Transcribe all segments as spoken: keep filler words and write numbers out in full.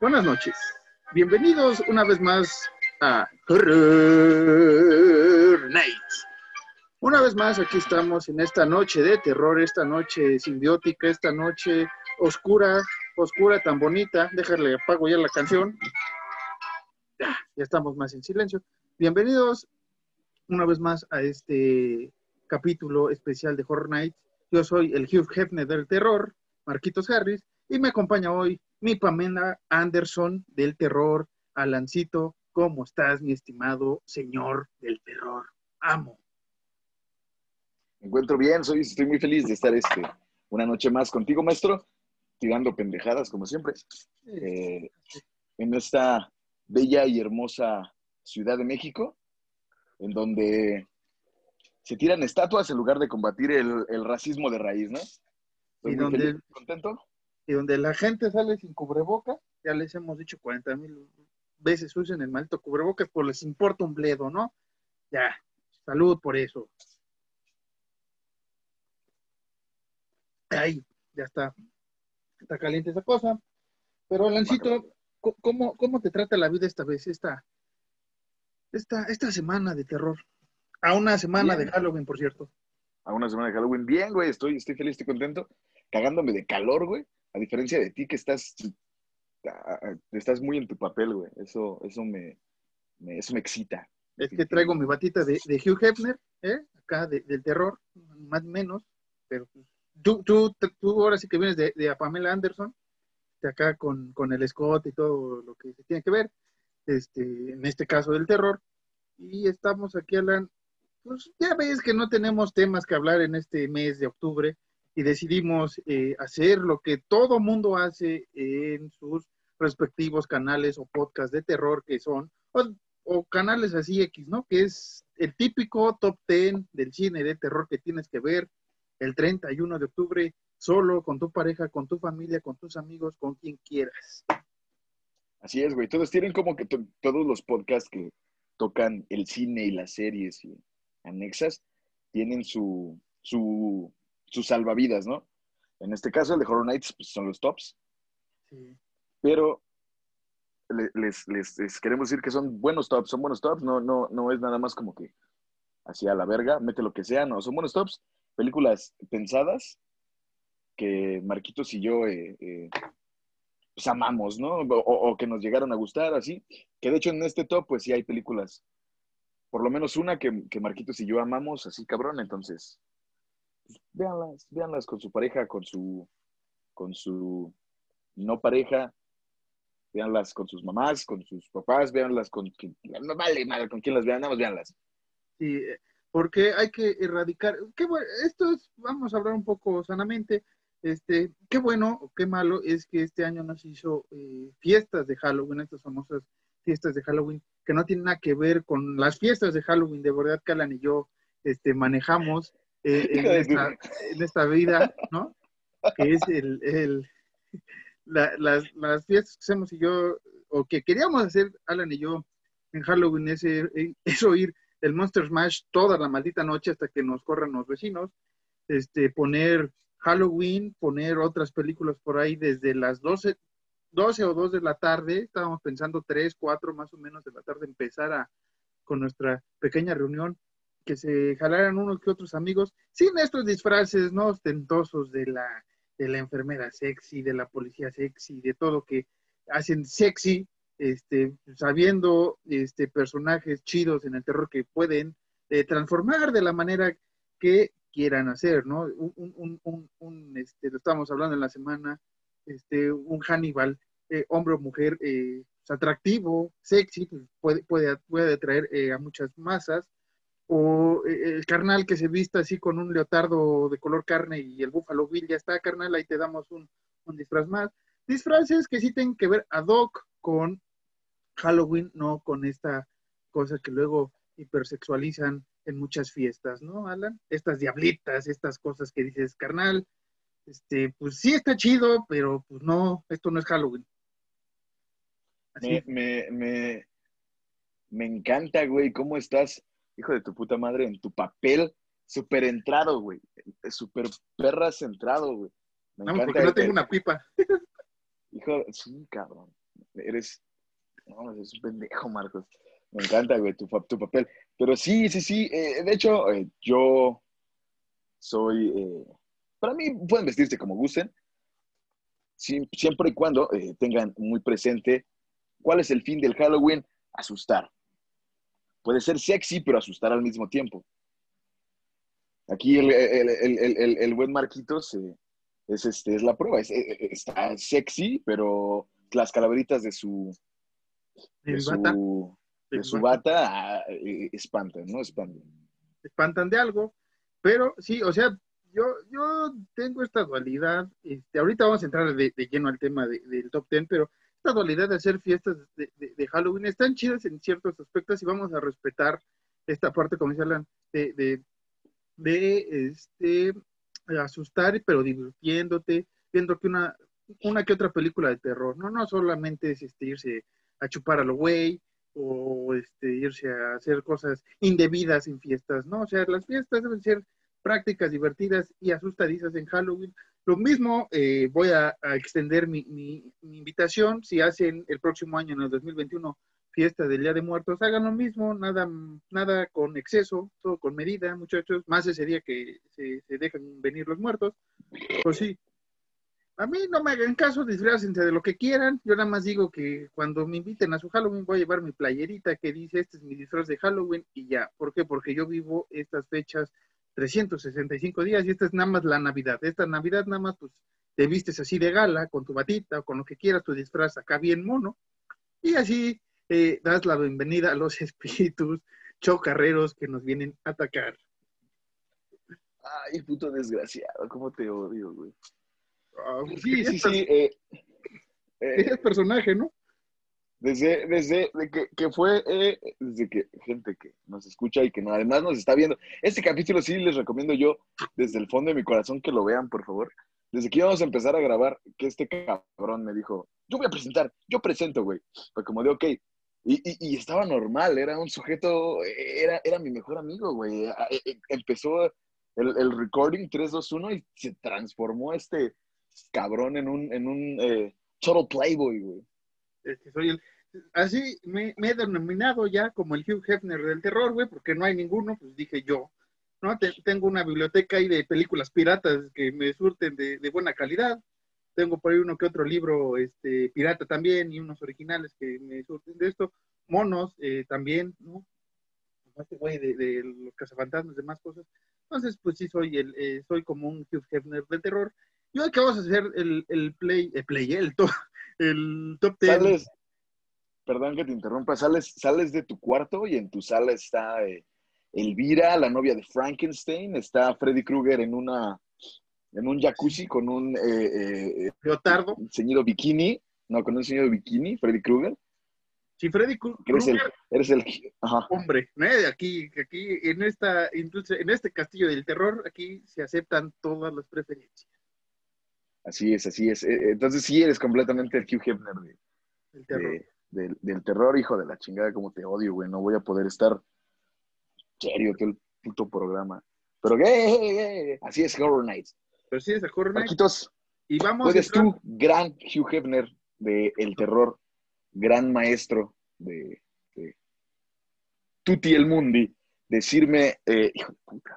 Buenas noches. Bienvenidos una vez más a Horror Nights. Una vez más aquí estamos en esta noche de terror, esta noche simbiótica, esta noche oscura, oscura tan bonita. Déjale, apago ya la canción. Ya, ya estamos más en silencio. Bienvenidos una vez más a este capítulo especial de Horror Nights. Yo soy el Hugh Hefner del terror, Marquitos Harris, y me acompaña hoy mi Pamela Anderson del terror. Alancito, ¿cómo estás, mi estimado señor del terror? Amo. Me encuentro bien, soy, estoy muy feliz de estar este, una noche más contigo, maestro, tirando pendejadas, como siempre, eh, en esta bella y hermosa Ciudad de México, en donde se tiran estatuas en lugar de combatir el, el racismo de raíz, ¿no? Estoy Y muy donde, feliz, contento. y donde la gente sale sin cubrebocas, ya les hemos dicho cuarenta mil veces usen el maldito cubrebocas, pues les importa un bledo, ¿no? Ya, salud por eso. Ay, ya está, está caliente esa cosa. Pero, Alancito, ¿cómo, cómo te trata la vida esta vez, esta, esta, esta semana de terror? A una semana de Bien, Halloween, por cierto. a una semana de Halloween, bien, güey, estoy, estoy feliz, estoy contento, cagándome de calor, güey, a diferencia de ti que estás, estás muy en tu papel, güey, eso, eso me, me, eso me excita, Es que traigo mi definitivamente. batita de, de Hugh Hefner, ¿eh? Acá de, del terror, más o menos, pero pues, tú, tú, tú ahora sí que vienes de, de Pamela Anderson, de acá con, con el Scott y todo lo que se tiene que ver, este, en este caso del terror, y estamos aquí, Alan, pues ya ves que no tenemos temas que hablar en este mes de octubre, y decidimos eh, hacer lo que todo mundo hace en sus respectivos canales o podcasts de terror, que son, o, o canales así X, ¿no? Que es el típico top diez del cine de terror que tienes que ver el treinta y uno de octubre, solo, con tu pareja, con tu familia, con tus amigos, con quien quieras. Así es, güey. Todos tienen como que to- todos los podcasts que tocan el cine y las series y anexas tienen su, su, su salvavidas, ¿no? En este caso, el de Horror Nights pues, son los tops, Sí. pero le- les, les, les queremos decir que son buenos tops, son buenos tops, no, no, no es nada más como que así a la verga, mete lo que sea, no, son buenos tops, películas pensadas que Marquitos y yo eh, eh, pues amamos, ¿no? O, o que nos llegaron a gustar, así. Que de hecho en este top, pues sí hay películas, por lo menos una que, que Marquitos y yo amamos, así cabrón, entonces, pues, véanlas, véanlas con su pareja, con su, con su no pareja, véanlas con sus mamás, con sus papás, véanlas con quien, no vale madre con quién las vean, nada más véanlas. Sí, porque hay que erradicar, qué bueno, esto es, vamos a hablar un poco sanamente, este, qué bueno o qué malo es que este año nos hizo eh, fiestas de Halloween, estas famosas fiestas de Halloween, que no tienen nada que ver con las fiestas de Halloween, de verdad que Alan y yo este, manejamos eh, Hijo en de tu... esta, en esta vida, ¿no? Que es el, el la, las, las fiestas que hacemos y yo, o que queríamos hacer Alan y yo en Halloween, es, es oír el Monster Smash toda la maldita noche hasta que nos corran los vecinos, este, poner Halloween, poner otras películas por ahí desde las doce doce o dos de la tarde, estábamos pensando tres cuatro más o menos de la tarde, empezar a, con nuestra pequeña reunión, que se jalaran unos que otros amigos, sin estos disfraces no ostentosos de la, de la enfermera sexy, de la policía sexy, de todo que hacen sexy, este, sabiendo este, personajes chidos en el terror que pueden eh, transformar de la manera que quieran hacer, ¿no? Un, un, un, un este, lo estábamos hablando en la semana, este, un Hannibal, eh, hombre o mujer, eh, atractivo, sexy, pues puede, puede, puede atraer eh, a muchas masas, o eh, el carnal que se vista así con un leotardo de color carne y el Buffalo Bill, ya está, carnal, ahí te damos un, un disfraz más. Disfraces que sí tienen que ver ad hoc con Halloween, no con esta cosa que luego hipersexualizan en muchas fiestas, ¿no, Alan? Estas diablitas, estas cosas que dices, carnal, este, pues sí está chido, pero pues no, esto no es Halloween. Me, Así, me, me, me encanta, güey, cómo estás, hijo de tu puta madre, en tu papel, súper entrado, güey, súper perra centrado, güey. Me vamos, encanta porque no el, tengo el- una pipa. hijo, sí, cabrón. eres, no, eres un pendejo, Marcos. Me encanta, güey, tu, tu papel. Pero sí, sí, sí. Eh, de hecho, eh, yo soy, eh, para mí pueden vestirse como gusten, si- siempre y cuando eh, tengan muy presente cuál es el fin del Halloween, asustar. Puede ser sexy, pero asustar al mismo tiempo. Aquí el, el, el, el, el, el buen Marquitos eh, es, este, es la prueba. Es, eh, está sexy, pero las calaveritas de su, De de mi bata, su, de de mi su bata. bata ah, eh, espantan, ¿no? Espantan. Espantan de algo, pero sí, o sea, yo, yo tengo esta dualidad, este, ahorita vamos a entrar de, de lleno al tema de, del top ten, pero esta dualidad de hacer fiestas de, de, de, Halloween están chidas en ciertos aspectos y vamos a respetar esta parte, como dice Alan, de, de, de este, asustar, pero divirtiéndote, viendo que una, una que otra película de terror, no, no solamente es este, irse a chupar a lo güey, o este, irse a hacer cosas indebidas en fiestas, ¿no? O sea, las fiestas deben ser prácticas divertidas y asustadizas en Halloween. Lo mismo, eh, voy a, a extender mi, mi, mi, invitación, si hacen el próximo año, en el dos mil veintiuno, fiesta del Día de Muertos, hagan lo mismo, nada, nada con exceso, todo con medida, muchachos, más ese día que se, se dejan venir los muertos, pues sí, a mí no me hagan caso, disfrácense de lo que quieran. Yo nada más digo que cuando me inviten a su Halloween voy a llevar mi playerita que dice este es mi disfraz de Halloween y ya. ¿Por qué? Porque yo vivo estas fechas trescientos sesenta y cinco días y esta es nada más la Navidad. Esta Navidad nada más pues te vistes así de gala, con tu batita o con lo que quieras, tu disfraz acá bien mono. Y así eh, das la bienvenida a los espíritus chocarreros que nos vienen a atacar. Ay, puto desgraciado, cómo te odio, güey. Oh, pues Sí, querías, sí, sí. Eh, querías eh, personaje, ¿no? Desde, desde de que, que fue, eh, desde que gente que nos escucha y que no, además nos está viendo. Este capítulo sí les recomiendo yo, desde el fondo de mi corazón, que lo vean, por favor. Desde que íbamos a empezar a grabar, que este cabrón me dijo, yo voy a presentar, yo presento, güey. Fue como de, ok. Y, y, y estaba normal, era un sujeto, era, era mi mejor amigo, güey. A- e- e- Empezó el, el recording tres dos uno y se transformó este cabrón en un, en un eh, total playboy, güey. Este, soy el, así me, me, he denominado ya como el Hugh Hefner del terror, güey, porque no hay ninguno, pues dije yo, ¿no? Te, tengo una biblioteca ahí de películas piratas que me surten de, de, buena calidad. Tengo por ahí uno que otro libro este, pirata también y unos originales que me surten de esto. Monos eh, también, ¿no? Este güey de, de los cazafantasmas, demás cosas. Entonces, pues sí, soy el, eh, soy como un Hugh Hefner del terror. Y hoy que vamos a hacer el, el play, el play, el top, el top ten. Sales, perdón que te interrumpa, sales, sales de tu cuarto y en tu sala está eh, Elvira, la novia de Frankenstein, está Freddy Krueger en una en un jacuzzi con un eh, eh, Leotardo. ceñido bikini, no, con un ceñido bikini, Freddy Krueger. Si Freddy Eres el, Krueger, eres el, ajá. hombre, ¿no? Aquí, aquí en esta industria, en este castillo del terror, aquí se aceptan todas las preferencias. Así es, así es. Entonces sí eres completamente el Hugh Hefner de, El terror. de, de, del terror, hijo de la chingada, como te odio, güey. No voy a poder estar serio todo el puto programa. Pero ¿qué? Así es Horror Nights. Pero sí, es a Horror Night. Marquitos, Y vamos a puedes entrar. tú, gran Hugh Hefner de El Terror, gran maestro de, de Tutti el Mundi, decirme, eh, hijo de puta,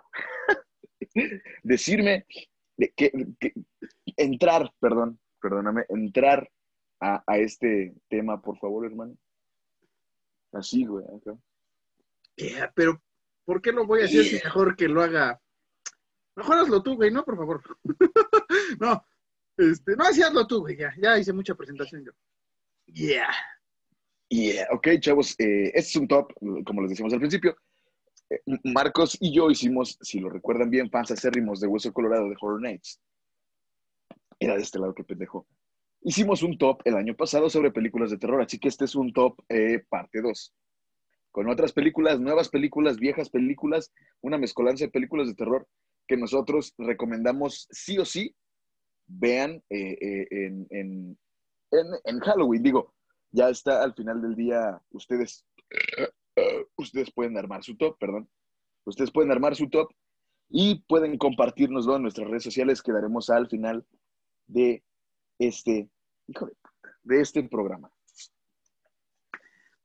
decirme de que, que, entrar, perdón, perdóname, entrar a, a, este tema, por favor, hermano. Así, güey. Acá. Yeah, pero, ¿por qué lo voy a hacer si mejor que lo haga? Mejor hazlo tú, güey, ¿no? Por favor. no, este, no, así hazlo tú, güey, ya, ya hice mucha presentación yo. Yeah. Yeah, ok, chavos, eh, este es un top, como les decíamos al principio. Eh, Marcos y yo hicimos, si lo recuerdan bien, fans acérrimos de Hueso Colorado de Horror Nights. Era de este lado, que pendejo. Hicimos un top el año pasado sobre películas de terror, así que este es un top eh, parte dos. Con otras películas, nuevas películas, viejas películas, una mezcolanza de películas de terror que nosotros recomendamos sí o sí vean eh, eh, en, en, en, en Halloween. Digo, ya está al final del día, ustedes, uh, ustedes pueden armar su top, perdón. Ustedes pueden armar su top y pueden compartirnoslo en nuestras redes sociales que daremos al final de este, hijo de puta, de este programa.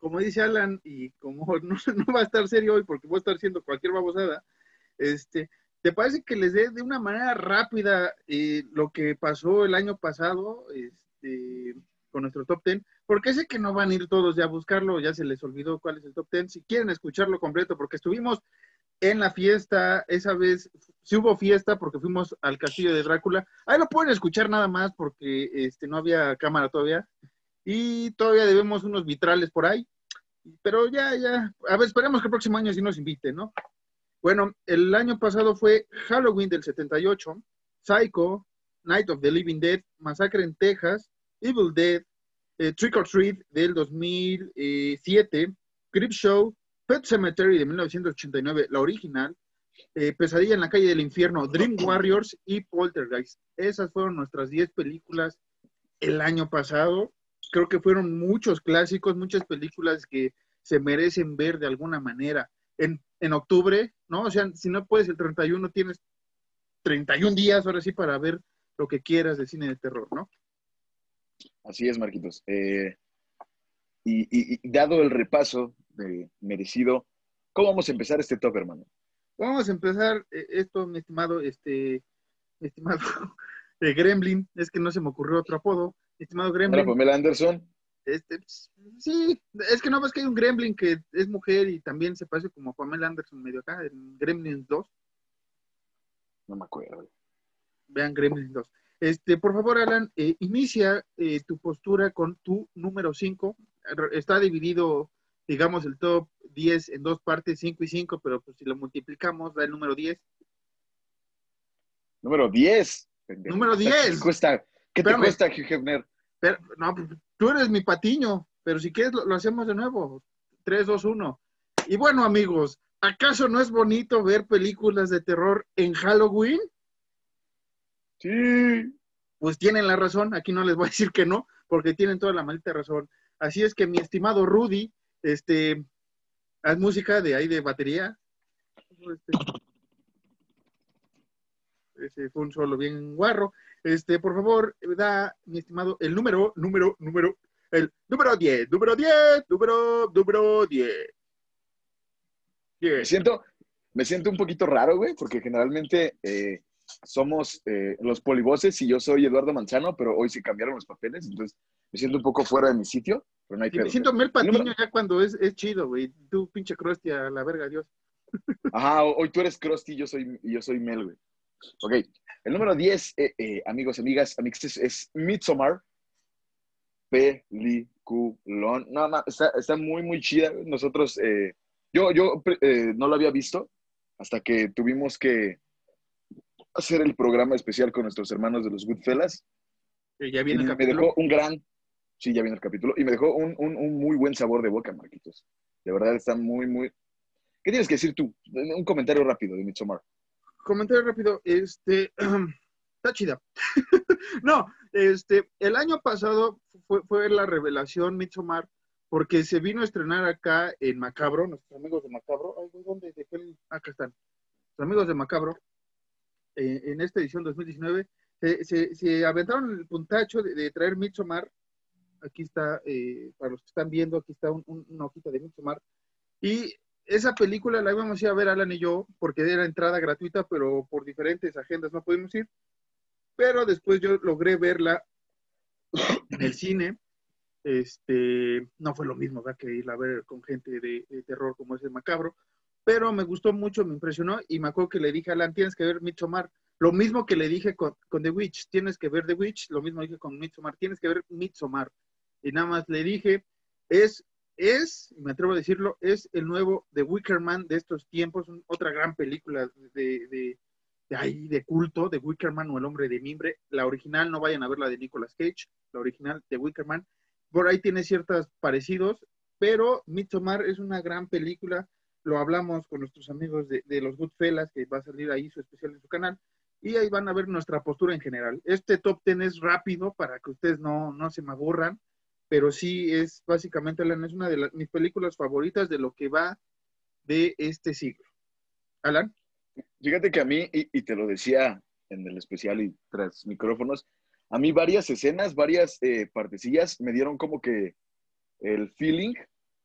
como dice Alan, y como no, no va a estar serio hoy porque voy a estar haciendo cualquier babosada, este, ¿te parece que les dé de una manera rápida eh, lo que pasó el año pasado este, con nuestro top ten? Porque sé que no van a ir todos ya a buscarlo, ya se les olvidó cuál es el top ten. Si quieren escucharlo completo, porque estuvimos en la fiesta, esa vez sí hubo fiesta porque fuimos al castillo de Drácula. Ahí lo pueden escuchar nada más porque este, no había cámara todavía. Y todavía debemos unos vitrales por ahí. Pero ya, ya. A ver, esperemos que el próximo año sí nos inviten, ¿no? Bueno, el año pasado fue Halloween del setenta y ocho, Psycho, Night of the Living Dead, Masacre en Texas, Evil Dead, eh, Trick or Treat del dos mil siete, Creepshow, Pet Cemetery de mil novecientos ochenta y nueve, la original, eh, Pesadilla en la calle del infierno, Dream Warriors y Poltergeist. Esas fueron nuestras diez películas el año pasado. Creo que fueron muchos clásicos, muchas películas que se merecen ver de alguna manera. En, en octubre, ¿no? O sea, si no puedes el treinta y uno, tienes treinta y un días ahora sí para ver lo que quieras de cine de terror, ¿no? Así es, Marquitos. Eh, y, y, y dado el repaso de merecido, ¿cómo vamos a empezar este top, hermano? Vamos a empezar eh, esto, mi estimado, este, mi estimado de Gremlin, es que no se me ocurrió otro apodo, mi estimado Hola, Gremlin. Pamela Anderson. Este, sí, es que no ves que hay un Gremlin que es mujer y también se parece como a Pamela Anderson medio acá, en Gremlin dos. No me acuerdo. Vean Gremlin dos. Este, por favor, Alan, eh, inicia eh, tu postura con tu número cinco. Está dividido, digamos, el top diez en dos partes, cinco y cinco, pero pues, si lo multiplicamos, da el número diez. Número diez. Pendejo. Número ¿Qué te diez. cuesta? ¿Qué Espérame, te cuesta, Hugh Hefner? pero, no, pues, tú eres mi patiño, pero si quieres lo, lo hacemos de nuevo. tres, dos, uno. Y bueno, amigos, ¿acaso no es bonito ver películas de terror en Halloween? Sí. Pues tienen la razón, aquí no les voy a decir que no, porque tienen toda la maldita razón. Así es que mi estimado Rudy, este, haz música de ahí de batería. Este, ese fue un solo bien guarro. Este, por favor, da, mi estimado, el número, número, número, el número diez, número diez, número, número diez. Me siento, me siento un poquito raro, güey, porque generalmente eh, somos eh, los polivoces y yo soy Eduardo Manzano, pero hoy se cambiaron los papeles, entonces me siento un poco fuera de mi sitio, pero no hay Y me pedo, güey. siento Mel El número... Patiño ya cuando es, es chido, güey. Tú, pinche Krusty, a la verga, Dios. Ajá, hoy tú eres Krusty y yo soy, yo soy Mel, güey. Ok, el número diez, eh, eh, amigos, amigas, amigos, es, es Midsommar. Peliculón. No, no, está, está muy, muy chida. Nosotros, eh, yo, yo eh, no lo había visto hasta que tuvimos que hacer el programa especial con nuestros hermanos de los Goodfellas. Que ya Y viene el me capítulo. dejó un gran, sí, ya viene el capítulo, y me dejó un, un, un muy buen sabor de boca, Marquitos. De verdad está muy, muy... ¿Qué tienes que decir tú? Un comentario rápido de Midsommar. Comentario rápido, este, está chida. No, este, el año pasado fue, fue la revelación Midsommar, porque se vino a estrenar acá en Macabro, nuestros amigos de Macabro. Ay, güey, ¿dónde dejé el- Acá están. Los amigos de Macabro, eh, en esta edición dos mil diecinueve, se, se, se aventaron el puntacho de, de traer Midsommar. Aquí está, eh, para los que están viendo, aquí está un, un, una hojita de Midsommar. Y esa película la íbamos a ir a ver Alan y yo, porque era entrada gratuita, pero por diferentes agendas no pudimos ir. Pero después yo logré verla en el cine. Este, no fue lo mismo, ¿verdad? Que ir a ver con gente de, de terror como es el Macabro, pero me gustó mucho, me impresionó y me acuerdo que le dije a Alan, tienes que ver Midsommar, lo mismo que le dije con, con The Witch, tienes que ver The Witch, lo mismo dije con Midsommar, tienes que ver Midsommar, y nada más le dije, es, es, me atrevo a decirlo, es el nuevo The Wicker Man de estos tiempos, un, otra gran película de, de, de ahí, de culto, de Wicker Man o El Hombre de Mimbre, la original, no vayan a ver la de Nicolas Cage, la original de Wicker Man, por ahí tiene ciertos parecidos, pero Midsommar es una gran película, lo hablamos con nuestros amigos de, de los Goodfellas, que va a salir ahí su especial en su canal, y ahí van a ver nuestra postura en general. Este top ten es rápido para que ustedes no, no se me aburran, pero sí es básicamente, Alan, es una de las, mis películas favoritas de lo que va de este siglo. Alan. Fíjate que a mí, y, y te lo decía en el especial y tras micrófonos, a mí varias escenas, varias eh, partecillas me dieron como que el feeling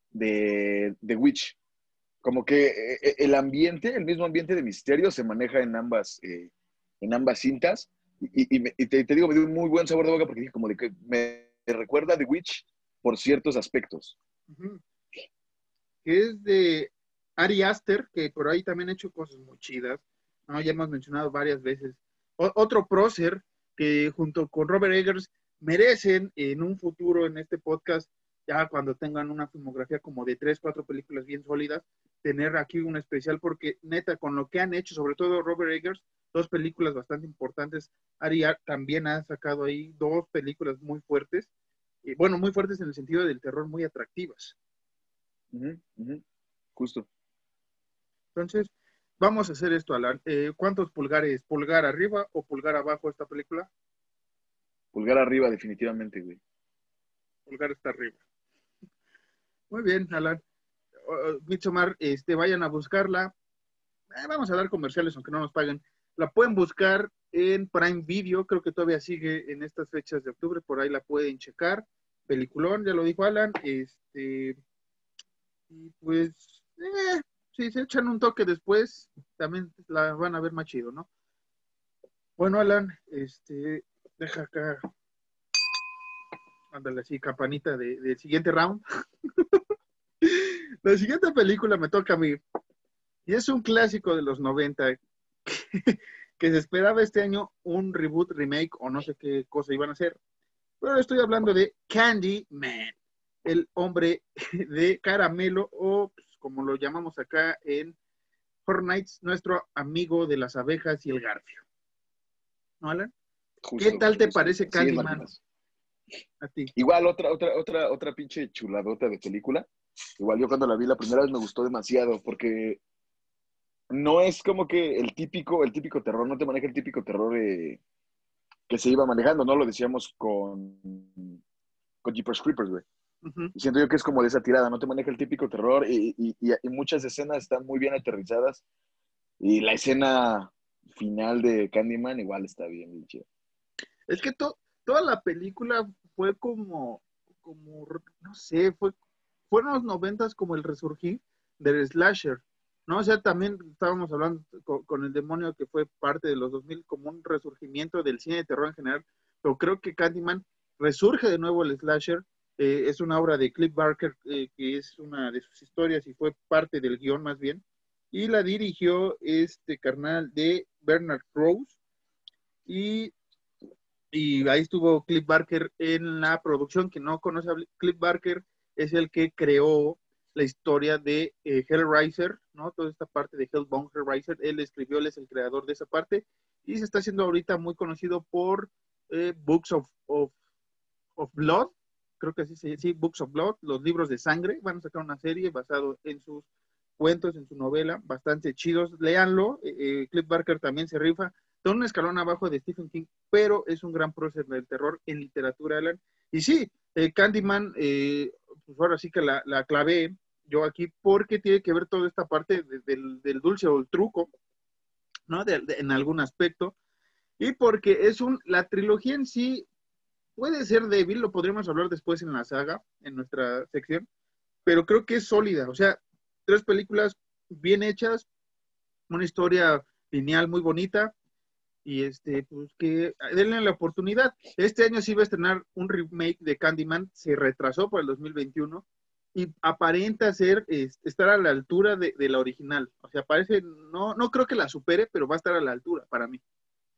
de The Witch. Como que eh, el ambiente, el mismo ambiente de misterio se maneja en ambas, eh, en ambas cintas. Y, y, y te, te, digo, me dio un muy buen sabor de boca porque dije como de que me recuerda a The Witch por ciertos aspectos. Uh-huh. Que es de Ari Aster, que por ahí también ha hecho cosas muy chidas, ¿no? Ya hemos mencionado varias veces. O, otro prócer que junto con Robert Eggers merecen en un futuro en este podcast, ya cuando tengan una filmografía como de tres, cuatro películas bien sólidas, tener aquí un especial porque neta, con lo que han hecho, sobre todo Robert Eggers, dos películas bastante importantes. Ari también ha sacado ahí dos películas muy fuertes, y bueno, muy fuertes en el sentido del terror, muy atractivas. Uh-huh, uh-huh. Justo. Entonces, vamos a hacer esto, Alan. Eh, ¿Cuántos pulgares? ¿Pulgar arriba o pulgar abajo esta película? Pulgar arriba, definitivamente, güey. Pulgar está arriba. Muy bien, Alan. Uh, Midsommar, este, vayan a buscarla. Eh, vamos a dar comerciales, aunque no nos paguen. La pueden buscar en Prime Video, creo que todavía sigue en estas fechas de octubre, por ahí la pueden checar. Peliculón, ya lo dijo Alan. Este, y pues, eh, si se echan un toque después, también la van a ver más chido, ¿no? Bueno, Alan, este, deja acá, ándale así, campanita del de siguiente round. La siguiente película me toca a mí, y es un clásico de los noventa, que se esperaba este año un reboot, remake, o no sé qué cosa iban a hacer, pero estoy hablando de Candyman, el hombre de caramelo, o pues, como lo llamamos acá en Horror Nights, nuestro amigo de las abejas y el garfio. ¿No, Alan? Justo, ¿qué tal te justo. parece Candyman? Sí, a ti. Igual, otra, otra, otra, otra pinche chuladota de película. Igual yo cuando la vi la primera vez me gustó demasiado porque no es como que el típico, el típico terror, no te maneja el típico terror eh, que se iba manejando, ¿no? Lo decíamos con, con Jeepers Creepers, güey. Uh-huh. Y siento yo que es como de esa tirada, no te maneja el típico terror y, y, y, y muchas escenas están muy bien aterrizadas. Y la escena final de Candyman igual está bien, bien chida. Es que to, toda la película fue como, como, no sé, fue, fueron los noventas como el resurgir del slasher, ¿no? O sea, también estábamos hablando con, con el demonio que fue parte de los dos mil como un resurgimiento del cine de terror en general, pero creo que Candyman resurge de nuevo el slasher, eh, es una obra de Clive Barker, eh, que es una de sus historias y fue parte del guión más bien, y la dirigió este carnal de Bernard Krause, y y ahí estuvo Clive Barker en la producción. Quien no conoce a Clive Barker es el que creó la historia de eh, Hellraiser, ¿no? Toda esta parte de Hellbound Hellraiser, él escribió, él es el creador de esa parte, y se está haciendo ahorita muy conocido por eh, Books of, of, of Blood, creo que así se dice, sí, Books of Blood, los libros de sangre. Van a sacar una serie basado en sus cuentos, en su novela, bastante chidos, léanlo. eh, eh, Clive Barker también se rifa, está un escalón abajo de Stephen King, pero es un gran prócer del terror en literatura, Alan. Y sí, eh, Candyman, eh, pues ahora sí que la, la clavé yo aquí, porque tiene que ver toda esta parte de, del, del dulce o el truco, ¿no? De, de, en algún aspecto, y porque es un, la trilogía en sí puede ser débil, lo podríamos hablar después en la saga, en nuestra sección, pero creo que es sólida, o sea, tres películas bien hechas, una historia lineal muy bonita, y este, pues que denle la oportunidad. Este año sí va a estrenar un remake de Candyman, se retrasó para el dos mil veintiuno, y aparenta ser, es, estar a la altura de, de la original. O sea, parece, no, no creo que la supere, pero va a estar a la altura para mí.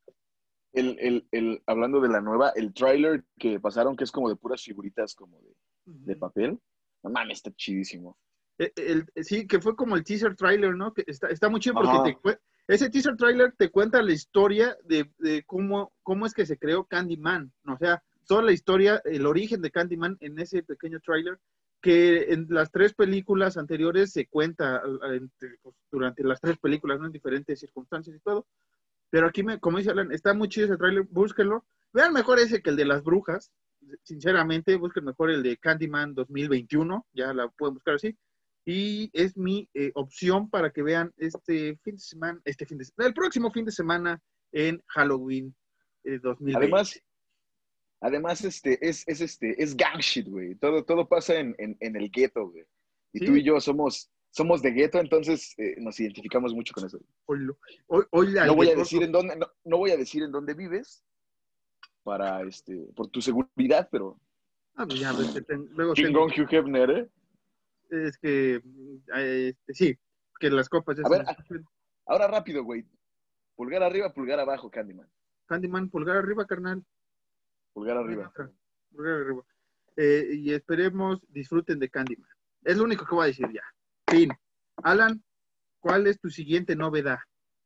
El, el, el, hablando de la nueva, el tráiler que pasaron, que es como de puras figuritas como de, uh-huh. de papel, no mames, está chidísimo. El, el, sí, que fue como el teaser trailer, ¿no? Que está, está muy chido porque te, ese teaser trailer te cuenta la historia de, de cómo, cómo es que se creó Candyman, ¿no? O sea, toda la historia, el origen de Candyman en ese pequeño trailer, que en las tres películas anteriores se cuenta entre, pues, durante las tres películas, ¿no? En diferentes circunstancias y todo. Pero aquí, me, como dice Alan, está muy chido ese trailer, búsquenlo. Vean mejor ese que el de las brujas, sinceramente, busquen mejor el de Candyman dos mil veintiuno, ya la pueden buscar así. Y es mi eh, opción para que vean este fin de semana, este fin de semana, el próximo fin de semana en Halloween eh, dos mil veinte. Además, además este, es, es, este, es gang shit, güey. Todo, todo pasa en, en, en el gueto, güey. Y tú Sí, y yo somos, somos de gueto, entonces eh, nos identificamos mucho con eso. hoy, hoy, hoy al No voy a decir guetoso. en dónde, no, no voy a decir en dónde vives para este, por tu seguridad, pero Ah, pues ya ves que ten- luego tengo, chingón Hugh Hefner, ¿eh? es que, eh, este, sí, que las copas ya A se ver, me escuchan. ahora rápido, güey. Pulgar arriba, pulgar abajo, Candyman. Candyman, pulgar arriba, carnal. Pulgar No hay arriba. otra. Pulgar arriba. Eh, y esperemos disfruten de Candyman. Es lo único que voy a decir ya. Fin. Alan, ¿cuál es tu siguiente novedad?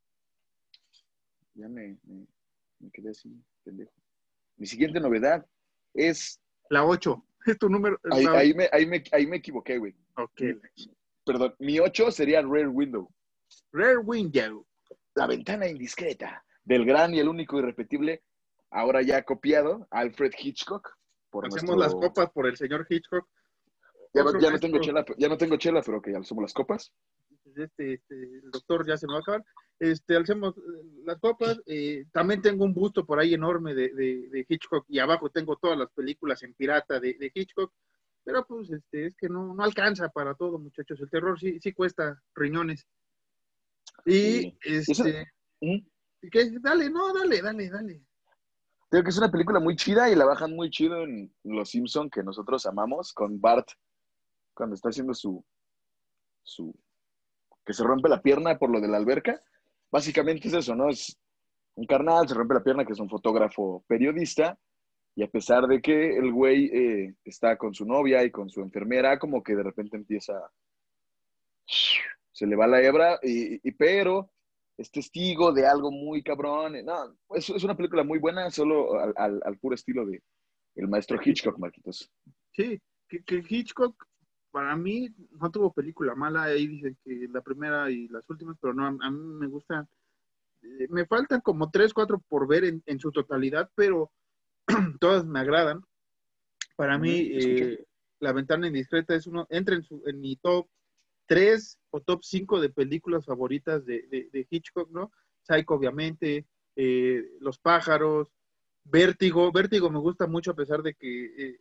Ya me, me, me quedé así, pendejo. Mi siguiente novedad es. La ocho. Es tu número. Ahí, La ahí, ocho. me, ahí, me, ahí me equivoqué, güey. Ok. Mi- Perdón, mi ocho sería Rare Window. Rare Window. La ventana indiscreta del gran y el único irrepetible, ahora ya copiado, Alfred Hitchcock, por Hacemos las nuestro. copas por el señor Hitchcock. Ya no, Otro ya no tengo maestro. chela, ya no tengo chela, pero que ya somos las copas. Este, este, el doctor ya se me va a acabar. Este, hacemos eh, las copas. Eh, también tengo un busto por ahí enorme de, de, de Hitchcock y abajo tengo todas las películas en pirata de, de Hitchcock. Pero pues este, es que no, no alcanza para todo, muchachos. El terror sí, sí cuesta riñones. Y Sí. Y eso, este, ¿Mm? ¿qué? Dale, no, dale, dale, dale. Creo que es una película muy chida y la bajan muy chido en Los Simpson que nosotros amamos, con Bart cuando está haciendo su, su, que se rompe la pierna por lo de la alberca. Básicamente es eso, ¿no? Es un carnal, se rompe la pierna, que es un fotógrafo periodista, y a pesar de que el güey eh, está con su novia y con su enfermera, como que de repente empieza, se le va la hebra, y, y pero es testigo de algo muy cabrón. No, es, es una película muy buena, solo al, al, al puro estilo de el maestro De Hitchcock, Hitchcock. Marquitos. Sí, que, que Hitchcock para mí no tuvo película mala. Ahí dicen que la primera y las últimas, pero no, a, a mí me gustan. Eh, me faltan como tres, cuatro por ver en, en su totalidad, pero todas me agradan. Para Uh -huh, mí, te escucho. eh, La Ventana Indiscreta es uno, entra en, su, en mi top tres o top cinco de películas favoritas de, de, de Hitchcock, ¿no? Psycho, obviamente, eh, Los pájaros, Vértigo. Vértigo me gusta mucho a pesar de que eh,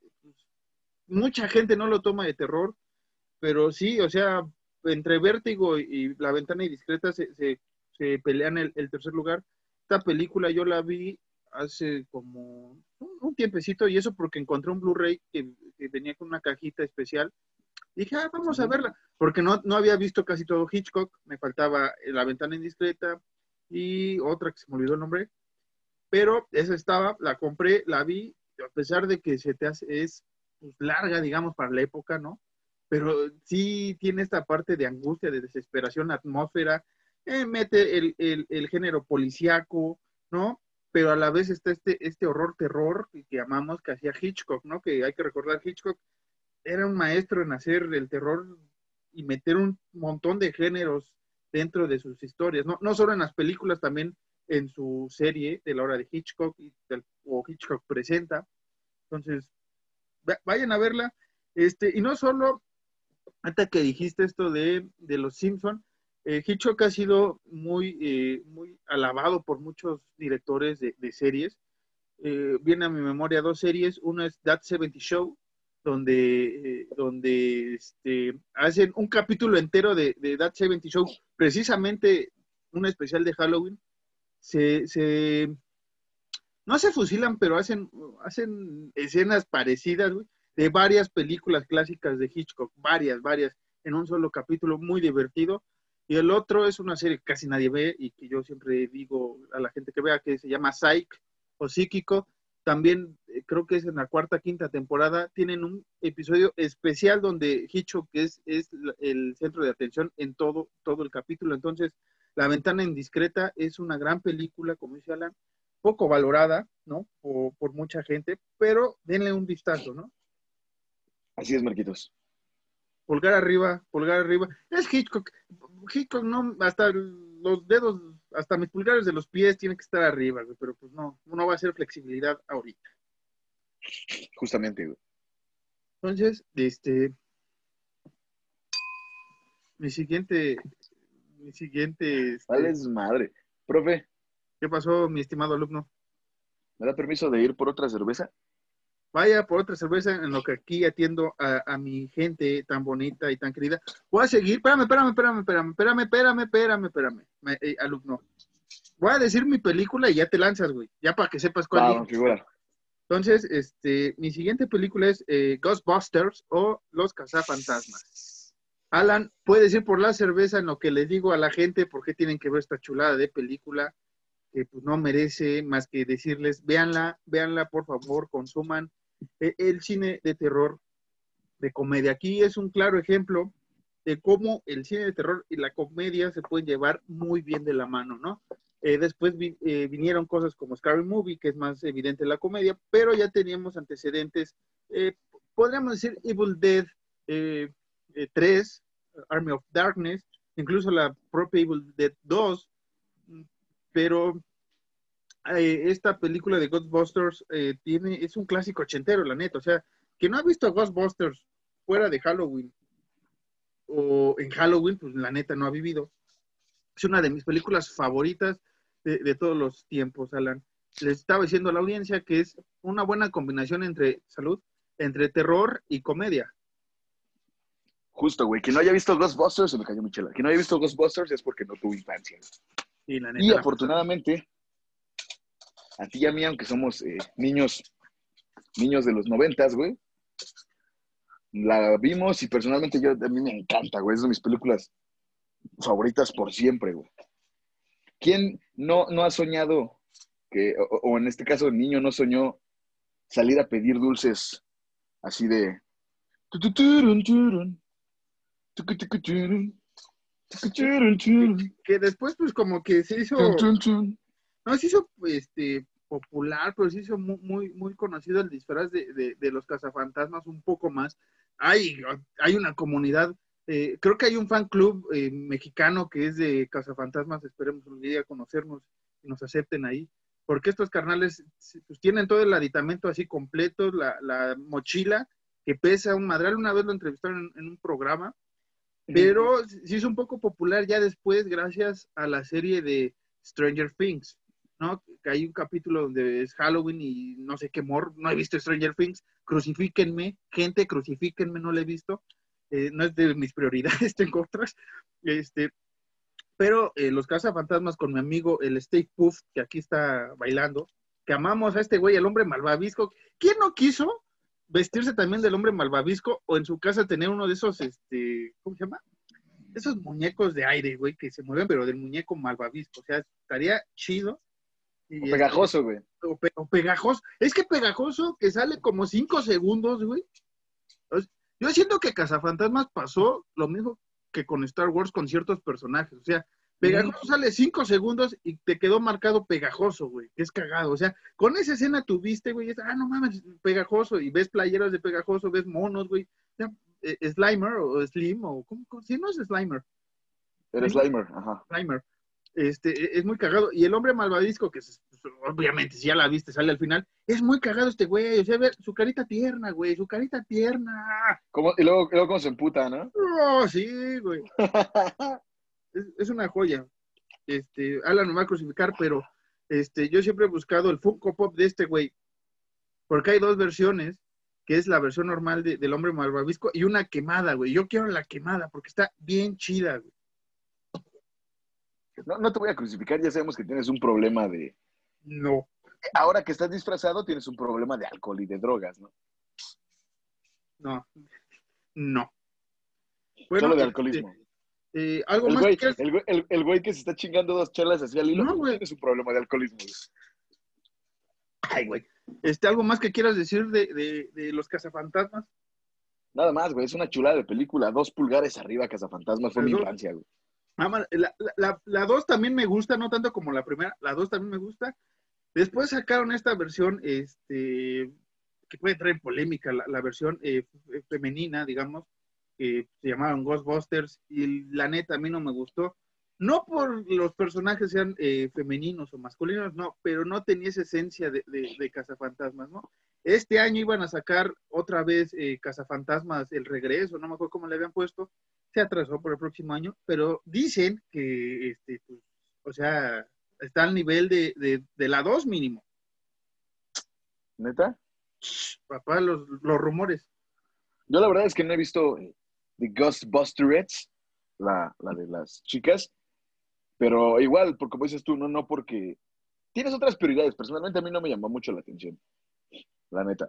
mucha gente no lo toma de terror, pero sí, o sea, entre Vértigo y, y La Ventana Indiscreta se, se, se pelean el, el, tercer lugar. Esta película yo la vi hace como un, un tiempecito y eso porque encontré un Blu-ray que, que venía con una cajita especial. Dije, ah, Uh vamos a -huh. verla, porque no, no había visto casi todo Hitchcock, me faltaba La Ventana Indiscreta y otra que se me olvidó el nombre, pero esa estaba, la compré, la vi, a pesar de que se te hace, es pues, larga, digamos, para la época, ¿no? Pero sí tiene esta parte de angustia, de desesperación, atmósfera, eh, mete el, el, el, género policíaco, ¿no? Pero a la vez está este, este horror-terror que, que amamos, que hacía Hitchcock, ¿no? Que hay que recordar, Hitchcock era un maestro en hacer el terror y meter un montón de géneros dentro de sus historias, no, no solo en las películas, también en su serie de la hora de Hitchcock y del, o Hitchcock presenta. Entonces, vayan a verla. Este, y no solo, hasta que dijiste esto de, de los Simpson, eh, Hitchcock ha sido muy, eh, muy alabado por muchos directores de, de series. Eh, viene a mi memoria dos series. Una es That setenta Show, donde, eh, donde este, hacen un capítulo entero de, de That setenta Show, precisamente un especial de Halloween. Se, se, no se fusilan, pero hacen, hacen escenas parecidas, güey, de varias películas clásicas de Hitchcock, varias, varias, en un solo capítulo, muy divertido. Y el otro es una serie que casi nadie ve y que yo siempre digo a la gente que vea, que se llama Psych o Psíquico. También eh, creo que es en la cuarta, quinta temporada. Tienen un episodio especial donde Hitchcock es, es el centro de atención en todo, todo el capítulo. Entonces, La Ventana Indiscreta es una gran película, como dice Alan, poco valorada, ¿no? Por, por mucha gente, pero denle un vistazo, ¿no? Así es, Marquitos. Pulgar arriba, pulgar arriba. Es Hitchcock. Hitchcock no, hasta los dedos, hasta mis pulgares de los pies tienen que estar arriba, güey, pero pues no, no va a ser flexibilidad ahorita. Justamente, güey. Entonces, este, mi siguiente, mi siguiente, Vale, este, es madre. Profe, ¿qué pasó, mi estimado alumno? ¿me da permiso de ir por otra cerveza? vaya por otra cerveza en lo que aquí atiendo a, a mi gente tan bonita y tan querida. Voy a seguir, espérame, espérame, espérame, espérame, espérame, espérame, espérame, espérame, me, eh, alumno. Voy a decir mi película y ya te lanzas, güey, ya para que sepas cuál Va, dije. va, figura. Entonces, este, mi siguiente película es eh, Ghostbusters o Los Cazafantasmas. Alan, puedes ir por la cerveza en lo que les digo a la gente por qué tienen que ver esta chulada de película que pues no merece más que decirles, véanla, véanla por favor, consuman eh, el cine de terror, de comedia. Aquí es un claro ejemplo de cómo el cine de terror y la comedia se pueden llevar muy bien de la mano, ¿no? Eh, después vi, eh, vinieron cosas como Scary Movie, que es más evidente la comedia, pero ya teníamos antecedentes, eh, podríamos decir Evil Dead eh, eh, tres, Army of Darkness, incluso la propia Evil Dead dos, pero eh, esta película de Ghostbusters eh, tiene, es un clásico ochentero, la neta, o sea, que no ha visto Ghostbusters fuera de Halloween o en Halloween, pues la neta no ha vivido. Es una de mis películas favoritas de, de todos los tiempos, Alan. Les estaba diciendo a la audiencia que es una buena combinación entre salud, entre terror y comedia. Justo, güey. Quien no haya visto Ghostbusters, se me cayó mi chela. Quien no haya visto Ghostbusters es porque no tuvo infancia. Y la neta, Y la afortunadamente, a ti y a mí, aunque somos eh, niños, niños de los noventas, güey, la vimos y personalmente yo, a mí me encanta, güey. Es de mis películas favoritas por siempre, güey. ¿Quién no, no ha soñado que, o, o en este caso el niño no soñó salir a pedir dulces así de... sí, que, que después pues como que se hizo, no se hizo este popular, pero se hizo muy, muy, muy conocido el disfraz de, de, de los cazafantasmas un poco más. Hay, hay una comunidad, eh, creo que hay un fan club eh, mexicano que es de cazafantasmas, esperemos un día conocernos y nos acepten ahí, porque estos carnales pues, tienen todo el aditamento así completo, la, la mochila que pesa un madral. Una vez lo entrevistaron en, en un programa, pero se hizo un poco popular ya después gracias a la serie de Stranger Things, ¿no? Que hay un capítulo donde es Halloween y no sé qué mor, no he visto Stranger Things, crucifíquenme, gente, crucifíquenme, no lo he visto, eh, no es de mis prioridades, tengo otras, este, pero eh, los cazafantasmas con mi amigo el Steve Puff, que aquí está bailando, que amamos a este güey, el hombre malvavisco. ¿Quién no quiso vestirse también del hombre malvavisco o en su casa tener uno de esos, este, ¿cómo se llama? Esos muñecos de aire, güey, que se mueven, pero del muñeco malvavisco. O sea, estaría chido. O Y este, pegajoso, güey. o, pe o pegajoso. Es que pegajoso que sale como cinco segundos, güey. O sea, yo siento que Cazafantasmas pasó lo mismo que con Star Wars con ciertos personajes. O sea, pegajoso mm. sale cinco segundos y te quedó marcado pegajoso, güey, que es cagado. O sea, con esa escena tuviste, güey, es, ah, no mames, pegajoso, y ves playeras de pegajoso, ves monos, güey. O sea, eh, Slimer o Slim, o ¿cómo? Si no es Slimer. Eres Slimer, ajá. Slimer. Este, es muy cagado. Y el hombre malvadisco, que es, pues, obviamente, si ya la viste, sale al final, es muy cagado este güey. O sea, ver su carita tierna, güey, su carita tierna. ¿Cómo? Y luego, y luego cómo se emputa, ¿no? Oh, sí, güey. es, es una joya. Este, Alan me va a crucificar, pero este, yo siempre he buscado el Funko Pop de este güey, porque hay dos versiones, que es la versión normal de, del hombre malvavisco y una quemada, güey. Yo quiero la quemada porque está bien chida, güey. No, no te voy a crucificar, ya sabemos que tienes un problema de... No. Ahora que estás disfrazado, tienes un problema de alcohol y de drogas, ¿no? No. No. Bueno, solo de este, alcoholismo. Eh, ¿algo el, más güey, que quieras? el, güey, el, el güey que se está chingando dos chelas así al hilo, No, güey. tienes un problema de alcoholismo. Güey. Ay, güey. Este, ¿algo más que quieras decir de, de, de los cazafantasmas? Nada más, güey, es una chulada de película. Dos pulgares arriba, Cazafantasmas, fue mi infancia, güey. Ah, la, la, la dos también me gusta, no tanto como la primera. La dos también me gusta. Después sacaron esta versión, este, que puede traer polémica, la, la versión eh, femenina, digamos, que se llamaron Ghostbusters, y la neta a mí no me gustó. No por los personajes sean eh, femeninos o masculinos, no, pero no tenía esa esencia de, de, de Cazafantasmas, ¿no? Este año iban a sacar otra vez eh, Cazafantasmas, el regreso, no me acuerdo cómo le habían puesto, se atrasó por el próximo año, pero dicen que, este, pues, o sea, está al nivel de, de, de la dos mínimo. ¿Neta? Papá, los, los rumores. Yo la verdad es que no he visto eh, The Ghostbusters, la, la de las chicas, pero igual, por como dices tú, no, no porque tienes otras prioridades. Personalmente a mí no me llamó mucho la atención, la neta.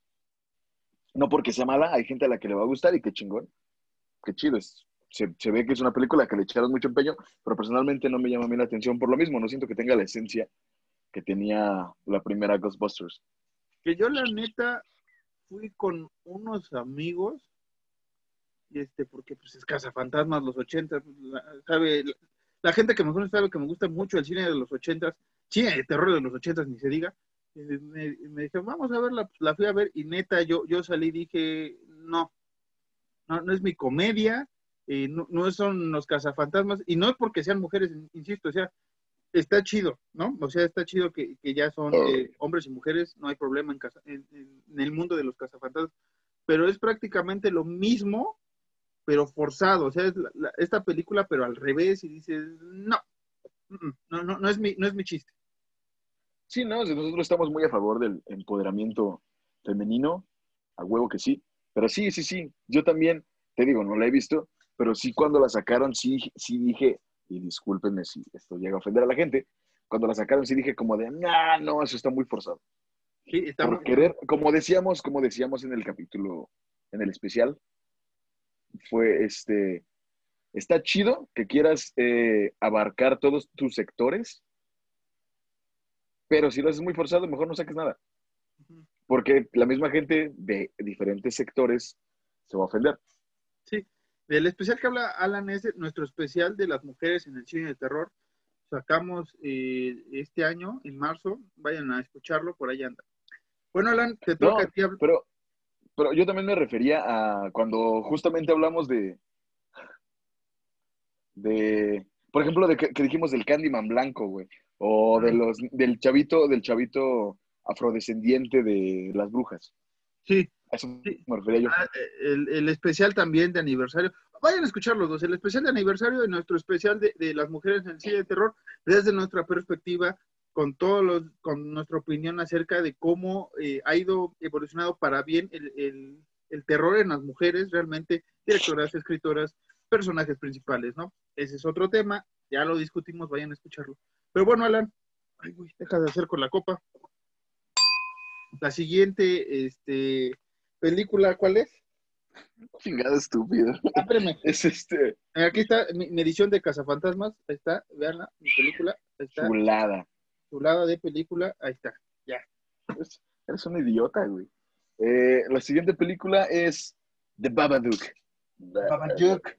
No porque sea mala, hay gente a la que le va a gustar y qué chingón, qué chido es. Se, se ve que es una película que le echaron mucho empeño, pero personalmente no me llama a mí la atención por lo mismo. No siento que tenga la esencia que tenía la primera Ghostbusters. Que yo la neta fui con unos amigos, y este, porque pues es Cazafantasmas, los ochentas, la, sabe, la, la, gente que me conoce sabe que me gusta mucho el cine de los ochentas, cine de terror de los ochentas, ni se diga. Me, me dijeron, vamos a verla, pues la fui a ver, y neta, yo, yo salí y dije, no, no, no es mi comedia, eh, no, no son los cazafantasmas, y no es porque sean mujeres, insisto, o sea, está chido, ¿no? O sea, está chido que, que ya son eh, hombres y mujeres, no hay problema en, casa, en, en, el mundo de los cazafantasmas, pero es prácticamente lo mismo, pero forzado, o sea, es la, la, esta película, pero al revés, y dices, no, no, no, no es mi, no es mi chiste. Sí, no, nosotros estamos muy a favor del empoderamiento femenino, a huevo que sí, pero sí, sí, sí, yo también, te digo, no la he visto, pero sí cuando la sacaron, sí, sí dije, y discúlpenme si esto llega a ofender a la gente, cuando la sacaron sí dije como de, nah, no, eso está muy forzado. Sí, está Por muy, querer, como decíamos, como decíamos en el capítulo, en el especial, fue este, está chido que quieras eh, abarcar todos tus sectores, pero si lo haces muy forzado, mejor no saques nada. Porque la misma gente de diferentes sectores se va a ofender. Sí, el especial que habla Alan es nuestro especial de las mujeres en el cine de terror. Sacamos eh, este año, en marzo, vayan a escucharlo, por ahí anda. Bueno, Alan, te toca a No, ti hablar. pero, pero yo también me refería a cuando justamente hablamos de, de por ejemplo, de que, que dijimos del Candyman blanco, güey, o de Mm, los, del chavito, del chavito afrodescendiente de las brujas. sí, A eso sí. me refería yo. Ah, el, el especial también de aniversario. Vayan a escuchar los dos, el especial de aniversario y nuestro especial de, de las mujeres en el cine de terror, desde nuestra perspectiva, con todos los, con nuestra opinión acerca de cómo eh, ha ido evolucionado para bien el, el, el terror en las mujeres, realmente, directoras, escritoras, personajes principales, ¿no? Ese es otro tema, ya lo discutimos, vayan a escucharlo. Pero bueno, Alan, ay, güey, deja de hacer con la copa. La siguiente, este, película, ¿cuál es? Chingada estúpido. Ah, espérame. Es este. Aquí está mi, mi edición de Cazafantasmas. Ahí está, veanla, mi película. Ahí está, Chulada. chulada de película. Ahí está, ya. Eres, eres un idiota, güey. Eh, la siguiente película es The Babadook. Babadook.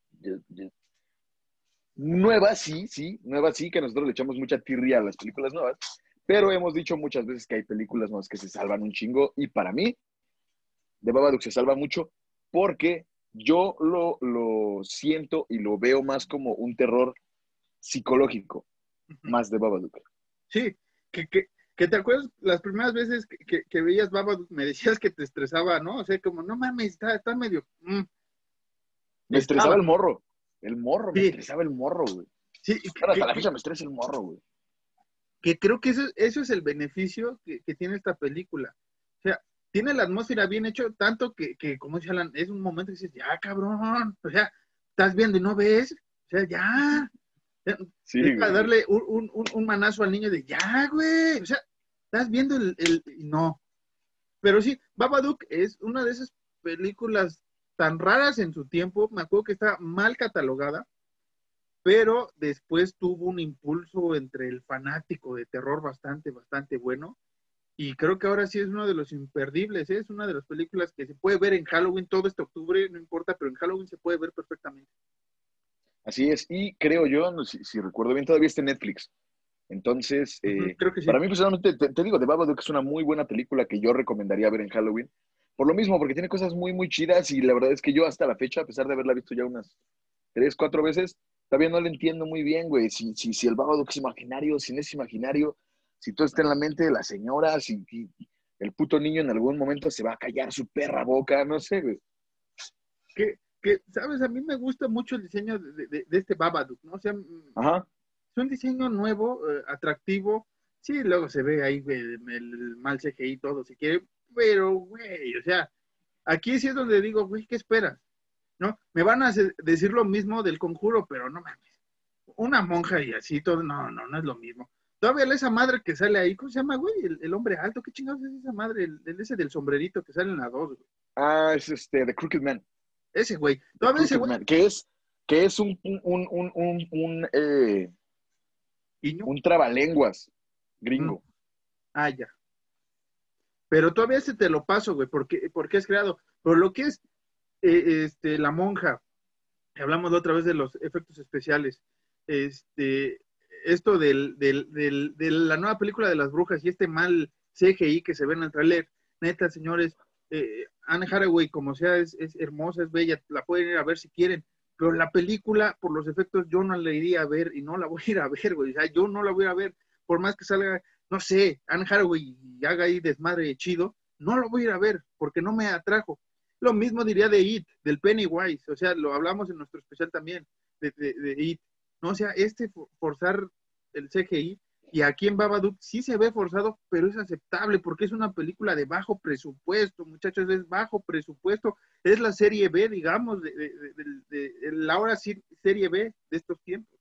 Nueva, sí, sí, nueva, sí, que nosotros le echamos mucha tirria a las películas nuevas, pero hemos dicho muchas veces que hay películas nuevas que se salvan un chingo, y para mí, The Babadook se salva mucho porque yo lo, lo siento y lo veo más como un terror psicológico, más de Babadook. Sí, que, que, que te acuerdas las primeras veces que, que, que veías Babadook, me decías que te estresaba, ¿no? O sea, como, no mames, está, está medio... Mm, Me estresaba estaba. el morro, el morro, me Sí, estresaba el morro, güey. sí, Ahora que, hasta la que, fecha me estresa el morro, güey. que creo que eso, eso es el beneficio que, que tiene esta película. O sea, tiene la atmósfera bien hecho, tanto que, que como dice Alan, es un momento que dices, ya, cabrón, o sea, estás viendo y no ves, o sea, ya, ya, Sí, es para güey. darle un, un, un, un manazo al niño de, ya, güey, o sea, estás viendo el, el, no, pero sí, Babadook es una de esas películas tan raras en su tiempo, me acuerdo que está mal catalogada, pero después tuvo un impulso entre el fanático de terror bastante, bastante bueno. Y creo que ahora sí es uno de los imperdibles, ¿eh? Es una de las películas que se puede ver en Halloween todo este octubre, no importa, pero en Halloween se puede ver perfectamente. Así es, y creo yo, no, si, si recuerdo bien, todavía está en Netflix. Entonces, Uh -huh, eh, creo que sí. para mí personalmente, te, te digo, The Babadook es una muy buena película que yo recomendaría ver en Halloween. Por lo mismo, porque tiene cosas muy, muy chidas, y la verdad es que yo hasta la fecha, a pesar de haberla visto ya unas tres, cuatro veces, todavía no la entiendo muy bien, güey. Si, si, si el Babadook es imaginario, si no es imaginario, si todo está en la mente de la señora, si, si el puto niño en algún momento se va a callar su perra boca, no sé, güey. Que, que, ¿sabes? A mí me gusta mucho el diseño de, de, de este Babadook, ¿no? O sea, Ajá. es un diseño nuevo, eh, atractivo. Sí, luego se ve ahí el, el mal C G I y todo, si quiere. pero, güey, o sea, aquí sí es donde digo, güey, ¿qué esperas? ¿No? Me van a decir lo mismo del Conjuro, pero no mames. Una monja y así todo, no, no, no es lo mismo. Todavía esa madre que sale ahí, ¿cómo se llama, güey? El, el hombre alto, ¿qué chingados es esa madre? El, el ese del sombrerito que sale en la dos, güey. Ah, es este, The Crooked Man. Ese güey. The Todavía ese Crooked güey. Man, que es, que es un, un, un, un, un, un, eh, ¿Iño? un trabalenguas Mm. gringo. Ah, ya. Pero todavía ese te lo paso, güey, porque, porque es creado. Por lo que es eh, este, la monja, hablamos otra vez de los efectos especiales, este, esto del, del, del, de la nueva película de las brujas y este mal C G I que se ve en el trailer, neta, señores, eh, Anne Hathaway, como sea, es, es hermosa, es bella, la pueden ir a ver si quieren, pero la película, por los efectos, yo no la iría a ver y no la voy a ir a ver, güey, o sea, yo no la voy a ver, por más que salga, no sé, Anne Hathaway y haga ahí desmadre chido, no lo voy a ir a ver, porque no me atrajo. Lo mismo diría de It, del Pennywise, o sea, lo hablamos en nuestro especial también, de, de, de It, ¿no? O sea, este forzar el C G I, y aquí en Babadook sí se ve forzado, pero es aceptable, porque es una película de bajo presupuesto, muchachos, es bajo presupuesto, es la serie B, digamos, de, de, de, de, de la ahora sí, serie B de estos tiempos.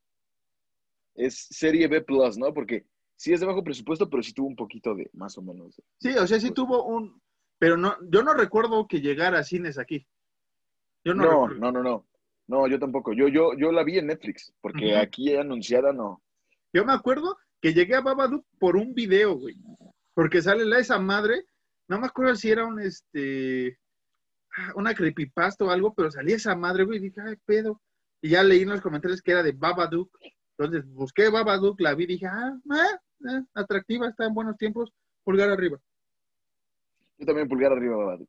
Es serie B plus, ¿no? Porque sí es de bajo presupuesto, pero sí tuvo un poquito de más o menos. Sí, o sea, sí tuvo un, pero no, yo no recuerdo que llegara a cines aquí. Yo no, No, recuerdo. no, no, no. No, yo tampoco. Yo, yo, yo la vi en Netflix, porque Uh-huh. aquí anunciada no. Yo me acuerdo que llegué a Babadook por un video, güey. Porque sale la esa madre, no me acuerdo si era un este una creepypasta o algo, pero salía esa madre, güey, y dije, ay, pedo. Y ya leí en los comentarios que era de Babadook. Entonces busqué Babadook, la vi y dije, ah, ah, ah, atractiva, está en buenos tiempos, pulgar arriba. Yo también pulgar arriba, Babadook.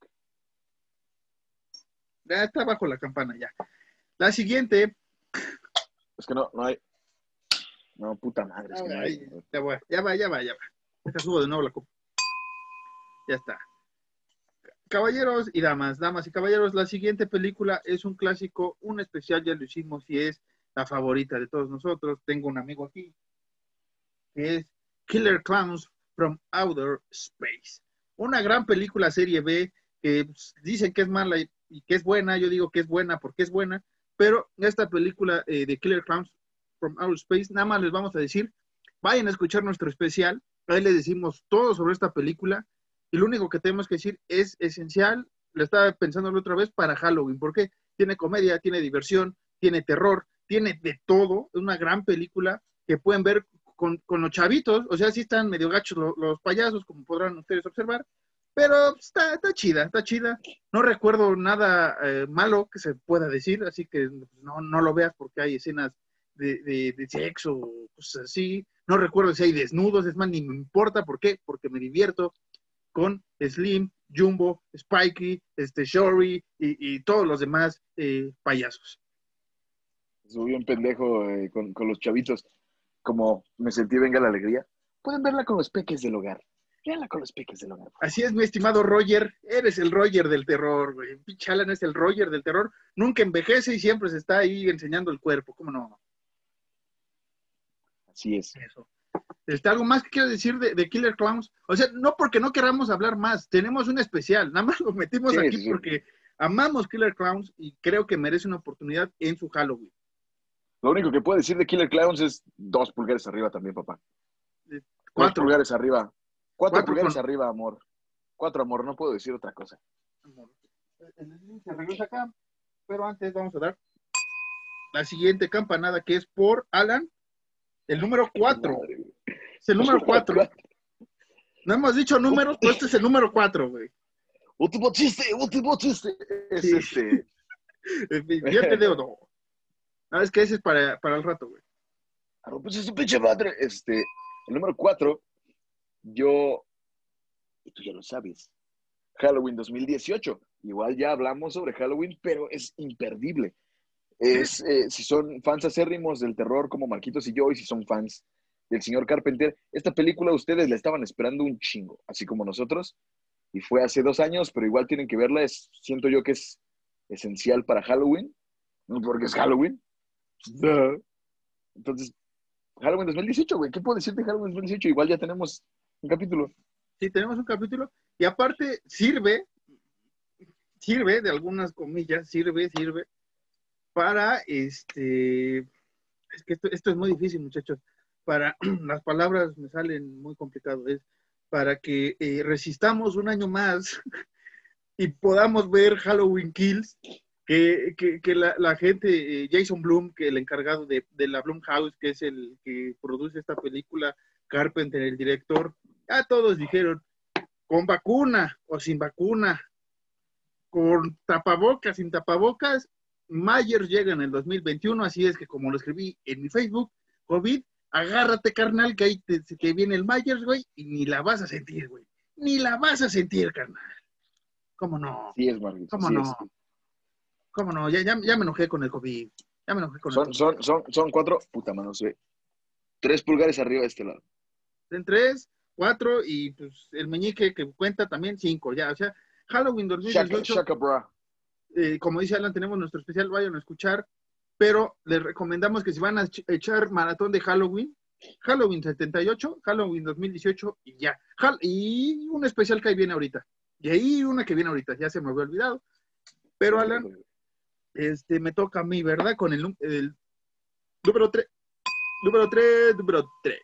Ya está bajo la campana, ya. La siguiente. Es que no, no hay. No, puta madre, es que no hay. Ay, ya, va, ya va, ya va, ya va. Deja subo de nuevo la copa. Ya está. Caballeros y damas, damas y caballeros, la siguiente película es un clásico, un especial, ya lo hicimos y es la favorita de todos nosotros. Tengo un amigo aquí que es Killer Clowns from Outer Space. Una gran película serie B que pues, dicen que es mala y, y, que es buena, yo digo que es buena porque es buena, pero esta película eh, de Killer Clowns from Outer Space, nada más les vamos a decir, vayan a escuchar nuestro especial, ahí les decimos todo sobre esta película y lo único que tenemos que decir es esencial, lo estaba pensando la otra vez, para Halloween, porque tiene comedia, tiene diversión, tiene terror, tiene de todo, es una gran película que pueden ver con, con los chavitos, o sea, sí están medio gachos los, los payasos, como podrán ustedes observar, pero está, está chida, está chida. No recuerdo nada eh, malo que se pueda decir, así que no, no lo veas porque hay escenas de, de, de sexo, cosas así. No recuerdo si hay desnudos, es más, ni me importa. ¿Por qué? Porque me divierto con Slim, Jumbo, Spikey, este, Shory y, y todos los demás eh, payasos. Subí un pendejo eh, con, con los chavitos. Como me sentí venga la alegría. Pueden verla con los peques del hogar. Véanla con los peques del hogar. Así es, mi estimado Roger. Eres el Roger del terror, güey. Pinche Alan es el Roger del terror. Nunca envejece y siempre se está ahí enseñando el cuerpo. ¿Cómo no? Así es. Eso. Este, ¿algo más que quiero decir de, de Killer Clowns? O sea, no porque no queramos hablar más. Tenemos un especial. Nada más lo metimos Sí, aquí sí, sí. porque amamos Killer Clowns y creo que merece una oportunidad en su Halloween. Lo único que puedo decir de Killer Clowns es dos pulgares arriba también, papá. Cuatro. Dos pulgares arriba. Cuatro, Cuatro pulgares con... arriba, amor. Cuatro, amor, no puedo decir otra cosa. Se regresa acá, pero antes vamos a dar la siguiente campanada que es por Alan, el número cuatro. Es el número cuatro. No hemos dicho números, pero este es el número cuatro, güey. Último chiste, último chiste. Es sí. este. Diente de oro. No, es que ese es para, para el rato, güey. Ah, pues es su pinche madre. Este, el número cuatro, yo, y tú ya lo sabes, Halloween dos mil dieciocho. Igual ya hablamos sobre Halloween, pero es imperdible. Es, eh, si son fans acérrimos del terror como Marquitos y yo, y si son fans del señor Carpenter, esta película ustedes la estaban esperando un chingo, así como nosotros, y fue hace dos años, pero igual tienen que verla. Es, siento yo que es esencial para Halloween, porque es Halloween. Entonces, Halloween dos mil dieciocho, güey, ¿qué puedo decir de Halloween dos mil dieciocho? Igual ya tenemos un capítulo. Sí, tenemos un capítulo Y aparte, sirve, sirve, de algunas comillas, sirve, sirve, para, este, es que esto, esto es muy difícil, muchachos, para, las palabras me salen muy complicadas, es para que eh, resistamos un año más y podamos ver Halloween Kills, que, que, que la, la, gente, eh, Jason Blum, que el encargado de, de la Blumhouse, que es el que produce esta película, Carpenter, el director, a todos dijeron, con vacuna o sin vacuna, con tapabocas, sin tapabocas, Myers llega en el dos mil veintiuno, así es que como lo escribí en mi Facebook, COVID, agárrate, carnal, que ahí te, te viene el Myers, güey, y ni la vas a sentir, güey. Ni la vas a sentir, carnal. ¿Cómo no? Sí es, Marquito, ¿Cómo sí no? es. ¿Cómo no? Ya, ya, ya me enojé con el COVID. Ya me enojé con son, el COVID. Son, son, son cuatro, puta mano, se ve. Tres pulgares arriba de este lado. En tres, cuatro, y pues el meñique que cuenta también cinco, ya, o sea, Halloween dos mil dieciocho. Shaka, shaka, bra. Eh, como dice Alan, tenemos nuestro especial, vayan a escuchar, pero les recomendamos que si van a echar maratón de Halloween, Halloween setenta y ocho, Halloween dos mil dieciocho y ya. Y un especial que ahí viene ahorita. Y ahí una que viene ahorita, ya se me había olvidado. Pero Alan, este, me toca a mí, ¿verdad? Con el, el número tres, número tres, número tres.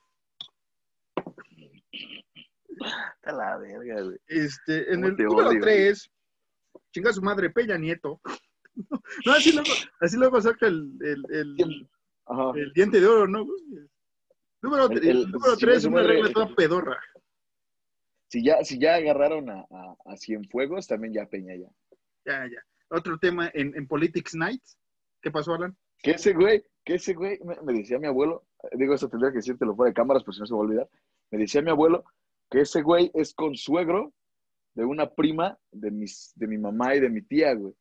A la verga, güey. Este, en el número tres, chinga su madre, Peña Nieto. No, así luego, así luego saca el, el, el, el diente de oro, ¿no? Número, el, el, número tres es una madre, regla toda pedorra. Si ya, si ya agarraron a, a, a Cienfuegos, también ya Peña ya. Ya, ya. Otro tema en, en Politics Nights. ¿Qué pasó, Alan? Que ese güey, que ese güey, me, me decía mi abuelo, digo, esto tendría que decírtelo fuera de cámaras, por si no se me va a olvidar. Me decía mi abuelo que ese güey es consuegro de una prima de, mis, de mi mamá y de mi tía, güey.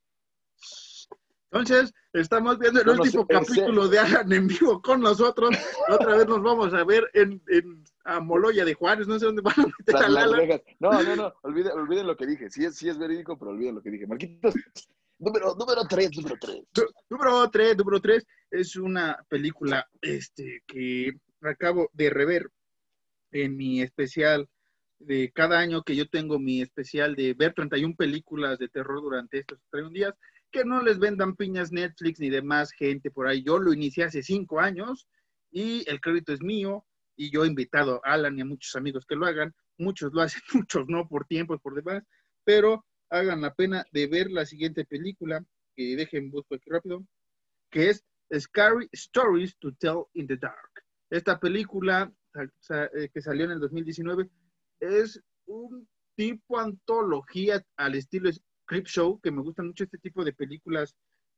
Entonces, estamos viendo el no, último no sé, capítulo ese... de Alan en vivo con nosotros. Otra vez nos vamos a ver en, en a Moloya de Juárez. No sé dónde van a meter Las, a Alan. No, no, no. Olviden, olviden lo que dije. Sí es, sí es verídico, pero olviden lo que dije. Marquitos, número, número tres, número tres. Número tres, número tres. Es una película este, que acabo de rever en mi especial de cada año que yo tengo mi especial de ver treinta y una películas de terror durante estos treinta y un días. Que no les vendan piñas Netflix ni demás gente por ahí. Yo lo inicié hace cinco años y el crédito es mío y yo he invitado a Alan y a muchos amigos que lo hagan. Muchos lo hacen, muchos no, por tiempo y por demás, pero hagan la pena de ver la siguiente película, que dejen busco aquí rápido, que es Scary Stories to Tell in the Dark. Esta película que salió en el dos mil diecinueve es un tipo antología al estilo Creepshow, que me gustan mucho este tipo de películas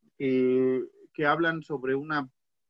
eh, que hablan sobre una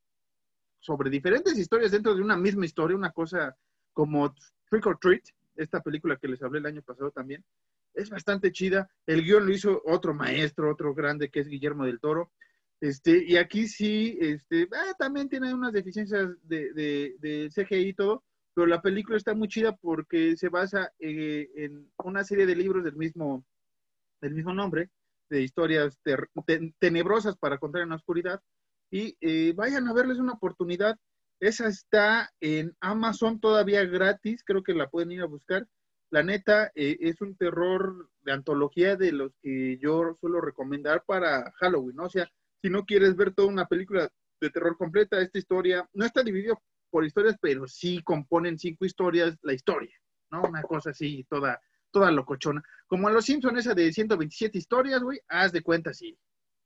sobre diferentes historias dentro de una misma historia, una cosa como Trick or Treat, esta película que les hablé el año pasado también, es bastante chida. El guión lo hizo otro maestro, otro grande, que es Guillermo del Toro. Este, y aquí sí, este, eh, también tiene unas deficiencias de, de, de C G I y todo, pero la película está muy chida porque se basa eh, en una serie de libros del mismo del mismo nombre, de historias ter ten tenebrosas para contar en la oscuridad, y eh, vayan a verles una oportunidad. Esa está en Amazon todavía gratis, creo que la pueden ir a buscar. La neta, eh, es un terror de antología de los que yo suelo recomendar para Halloween, ¿no? O sea, si no quieres ver toda una película de terror completa, esta historia no está dividida por historias, pero sí componen cinco historias la historia, ¿no? Una cosa así, toda toda locochona. Como a los Simpsons, esa de ciento veintisiete historias, güey, haz de cuenta, sí.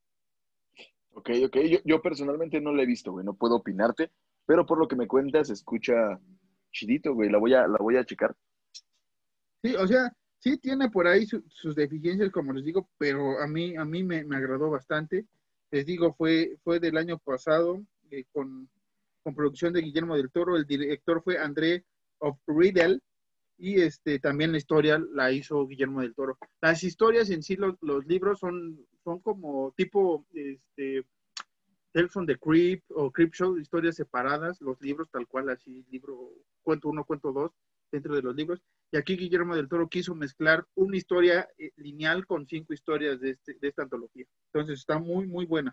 Ok, ok. Yo, yo personalmente no la he visto, güey. No puedo opinarte, pero por lo que me cuentas, escucha chidito, güey. La voy a, la voy a checar. Sí, o sea, sí tiene por ahí su, sus deficiencias, como les digo, pero a mí, a mí me, me agradó bastante. Les digo, fue, fue del año pasado, eh, con, con producción de Guillermo del Toro. El director fue André of Riedel. Y este, también la historia la hizo Guillermo del Toro. Las historias en sí, los, los libros son, son como tipo este, Tales from the Crypt o Creepshow, historias separadas, los libros tal cual, así, libro, cuento uno, cuento dos, dentro de los libros. Y aquí Guillermo del Toro quiso mezclar una historia eh, lineal con cinco historias de, este, de esta antología. Entonces está muy, muy buena.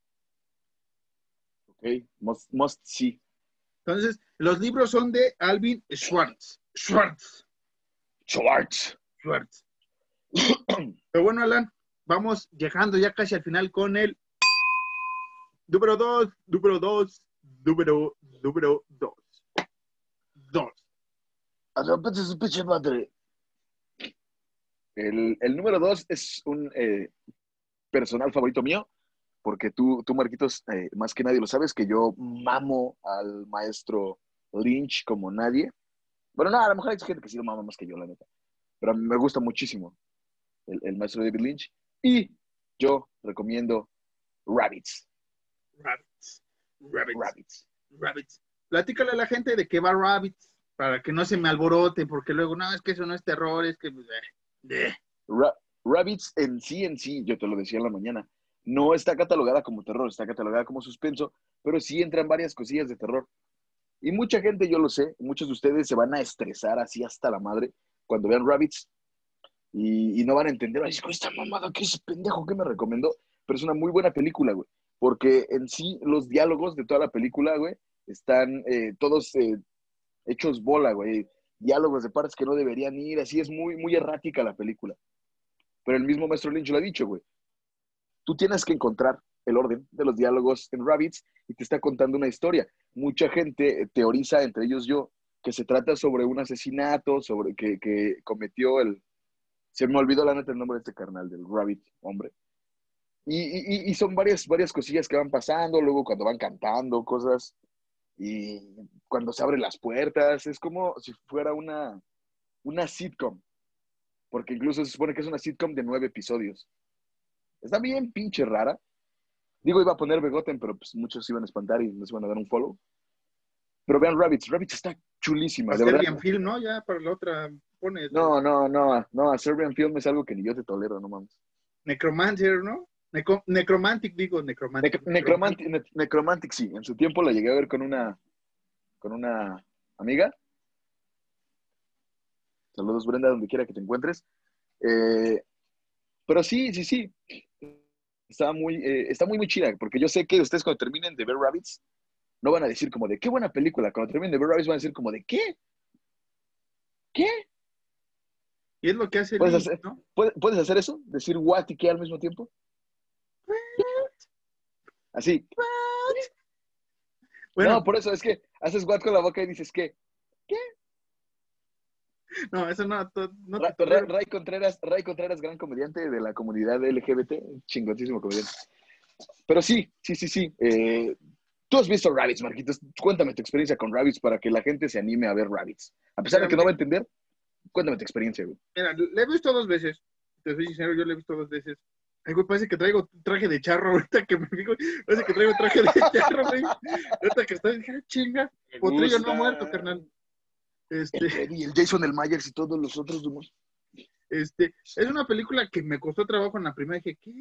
Ok, must, must see. Entonces, los libros son de Alvin Schwartz. Schwartz. Schwartz. Schwartz. Pero bueno, Alan, vamos llegando ya casi al final con el número dos, número dos, número, número dos. Dos. Su pinche madre. El, el número dos es un eh, personal favorito mío, porque tú, tú Marquitos, eh, más que nadie lo sabes, que yo mamo al maestro Lynch como nadie. Bueno, no, a lo mejor hay gente que sí lo mama más que yo, la neta. Pero a mí me gusta muchísimo el, el maestro David Lynch. Y yo recomiendo Rabbits. Rabbits. Rabbits. Rabbits. Rabbits. Platícale a la gente de qué va Rabbits, para que no se me alborote, porque luego, no, es que eso no es terror, es que... Eh, eh. Ra Rabbits en sí, en sí, yo te lo decía en la mañana, no está catalogada como terror, está catalogada como suspenso, pero sí entran varias cosillas de terror. Y mucha gente, yo lo sé, muchos de ustedes se van a estresar así hasta la madre cuando vean Rabbits y, y no van a entender, ay, esta mamada, ¿qué es pendejo que me recomendó? Pero es una muy buena película, güey, porque en sí los diálogos de toda la película, güey, están eh, todos eh, hechos bola, güey, diálogos de partes que no deberían ir, así es muy, muy errática la película. Pero el mismo maestro Lynch lo ha dicho, güey. Tú tienes que encontrar el orden de los diálogos en Rabbits y te está contando una historia. Mucha gente teoriza, entre ellos yo, que se trata sobre un asesinato, sobre que, que cometió el... Se me olvidó la neta el nombre de este carnal, del Rabbit, hombre. Y, y, y son varias, varias cosillas que van pasando, luego cuando van cantando cosas, y cuando se abren las puertas, es como si fuera una, una sitcom, porque incluso se supone que es una sitcom de nueve episodios. Está bien pinche rara. Digo, iba a poner Begotten, pero pues muchos iban a espantar y nos iban a dar un follow. Pero vean Rabbits, Rabbits está chulísima, A de verdad. Serbian Film, ¿no? Ya para la otra pones... No, no, no, no, a Serbian Film es algo que ni yo te tolero, no mames. Necromancer, ¿no? Necro Necromantic, digo, Necromantic. Nec Necromantic, ne Necromantic, sí, en su tiempo la llegué a ver con una, con una amiga. Saludos, Brenda, donde quiera que te encuentres. Eh, pero sí, sí, sí. Está muy, eh, está muy, muy chida, porque yo sé que ustedes cuando terminen de ver Rabbits, no van a decir como de, qué buena película. Cuando terminen de ver Rabbits van a decir como de, ¿qué? ¿Qué? Y es lo que hace ¿Puedes Lynch, hacer, ¿no? ¿puedes, ¿Puedes hacer eso? ¿Decir what y qué al mismo tiempo? Así. Bueno, No, por eso es que haces what con la boca y dices, ¿qué? ¿Qué? no, eso no, no Ra, te Ra, Ray Contreras, Ray Contreras, gran comediante de la comunidad L G B T, chingotísimo comediante. Pero sí, sí, sí, sí. Eh, tú has visto Rabbits, Marquitos. Cuéntame tu experiencia con Rabbits para que la gente se anime a ver Rabbits. A pesar Mira, de que no va a entender, cuéntame tu experiencia, güey. mira, le he visto dos veces. Te soy sincero, yo le he visto dos veces. Ay, güey, parece que traigo traje de charro ahorita que me digo, parece que traigo traje de charro, güey. Ahorita que estoy, dije, chinga, Me Potrillo no ha gusta. muerto, carnal. Este, El Freddy, el Jason, el Myers y todos los otros. ¿No? este, es una película que me costó trabajo en la primera, dije, ¿qué?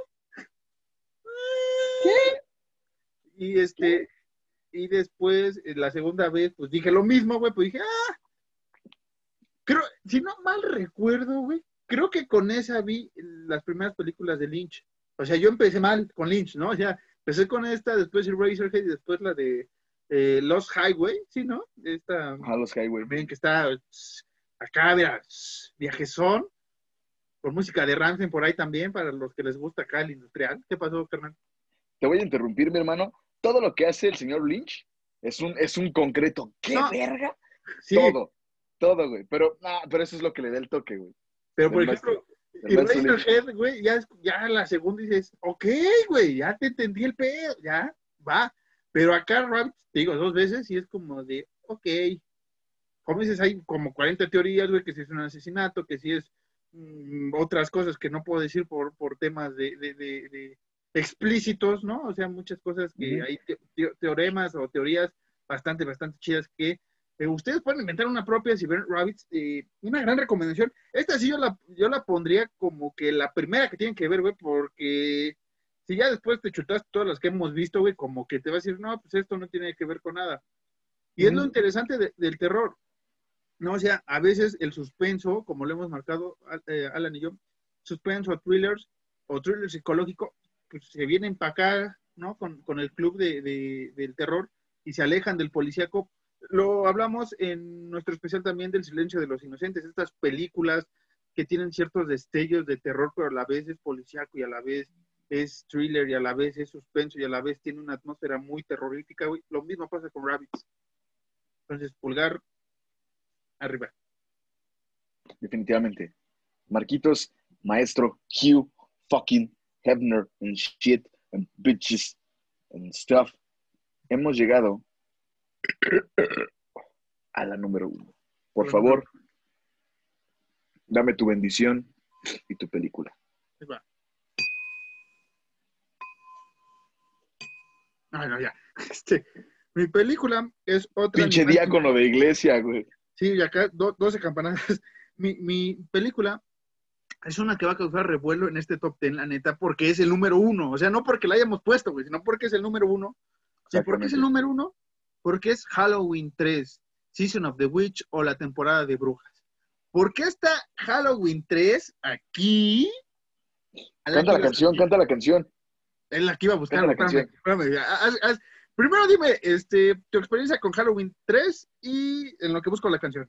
¿Qué? Y este, y después, la segunda vez, pues dije lo mismo, güey, pues dije, ah, creo, si no mal recuerdo, güey, creo que con esa vi las primeras películas de Lynch. O sea, yo empecé mal con Lynch, ¿no? O sea, empecé con esta, después Eraserhead y después la de eh, Lost Highway, ¿sí, no? Esta Ajá, los Highway. también que está tss, acá, mira, tss, viajezón, con música de Ramsey por ahí también, para los que les gusta acá el industrial. ¿Qué pasó, carnal? Te voy a interrumpir, mi hermano. Todo lo que hace el señor Lynch es un, es un concreto. ¿Qué No, verga? sí, Todo. Todo, güey. Pero, nah, pero eso es lo que le da el toque, güey. pero por Del maestro. ejemplo, Del y maestro Lynch. Razorhead, güey, ya, ya la segunda dices, ok, güey, ya te entendí el pedo, ya, va. Pero acá, Rabbit, te digo dos veces y es como de, ok. Como dices, hay como cuarenta teorías, güey, que si es un asesinato, que si es mmm, otras cosas que no puedo decir por, por temas de, de, de, de explícitos, ¿no? O sea, muchas cosas que Uh-huh. hay te, te, teoremas o teorías bastante, bastante chidas que eh, ustedes pueden inventar una propia si ven Rabbits. Eh, una gran recomendación. Esta sí yo la, yo la pondría como que la primera que tienen que ver, güey, porque si ya después te chutas todas las que hemos visto, güey, como que te vas a decir, no, pues esto no tiene que ver con nada. Y es lo Uh-huh. interesante de, del terror. No, o sea, a veces el suspenso, como lo hemos marcado eh, Alan y yo, suspenso o thrillers, o thriller psicológico, pues se vienen para acá, ¿no? Con, con el club de, de, del terror y se alejan del policíaco. Lo hablamos en nuestro especial también del Silencio de los Inocentes, estas películas que tienen ciertos destellos de terror, pero a la vez es policíaco y a la vez es thriller y a la vez es suspenso y a la vez tiene una atmósfera muy terrorífica, güey. Lo mismo pasa con Rabbids. Entonces, pulgar arriba. Definitivamente. Marquitos, maestro, Hugh, fucking Hefner, and shit, and bitches, and stuff. Hemos llegado a la número uno. Por favor, dame tu bendición y tu película. Ahí va. No, no, ya. Este, mi película es otra. Pinche animal- diácono de iglesia, güey. Sí, y acá do- doce campanadas. Mi, mi película es una que va a causar revuelo en este top ten, la neta, porque es el número uno. O sea, no porque la hayamos puesto, güey, sino porque es el número uno. ¿Sí? ¿Por qué es el número uno? Porque es Halloween tres, Season of the Witch o la temporada de brujas. ¿Por qué está Halloween tres aquí? Canta la canción, canta la canción. Es la que iba a buscar. Canta la Espérame, canción. espérame. Haz- haz- Primero dime este, tu experiencia con Halloween tres y en lo que busco la canción.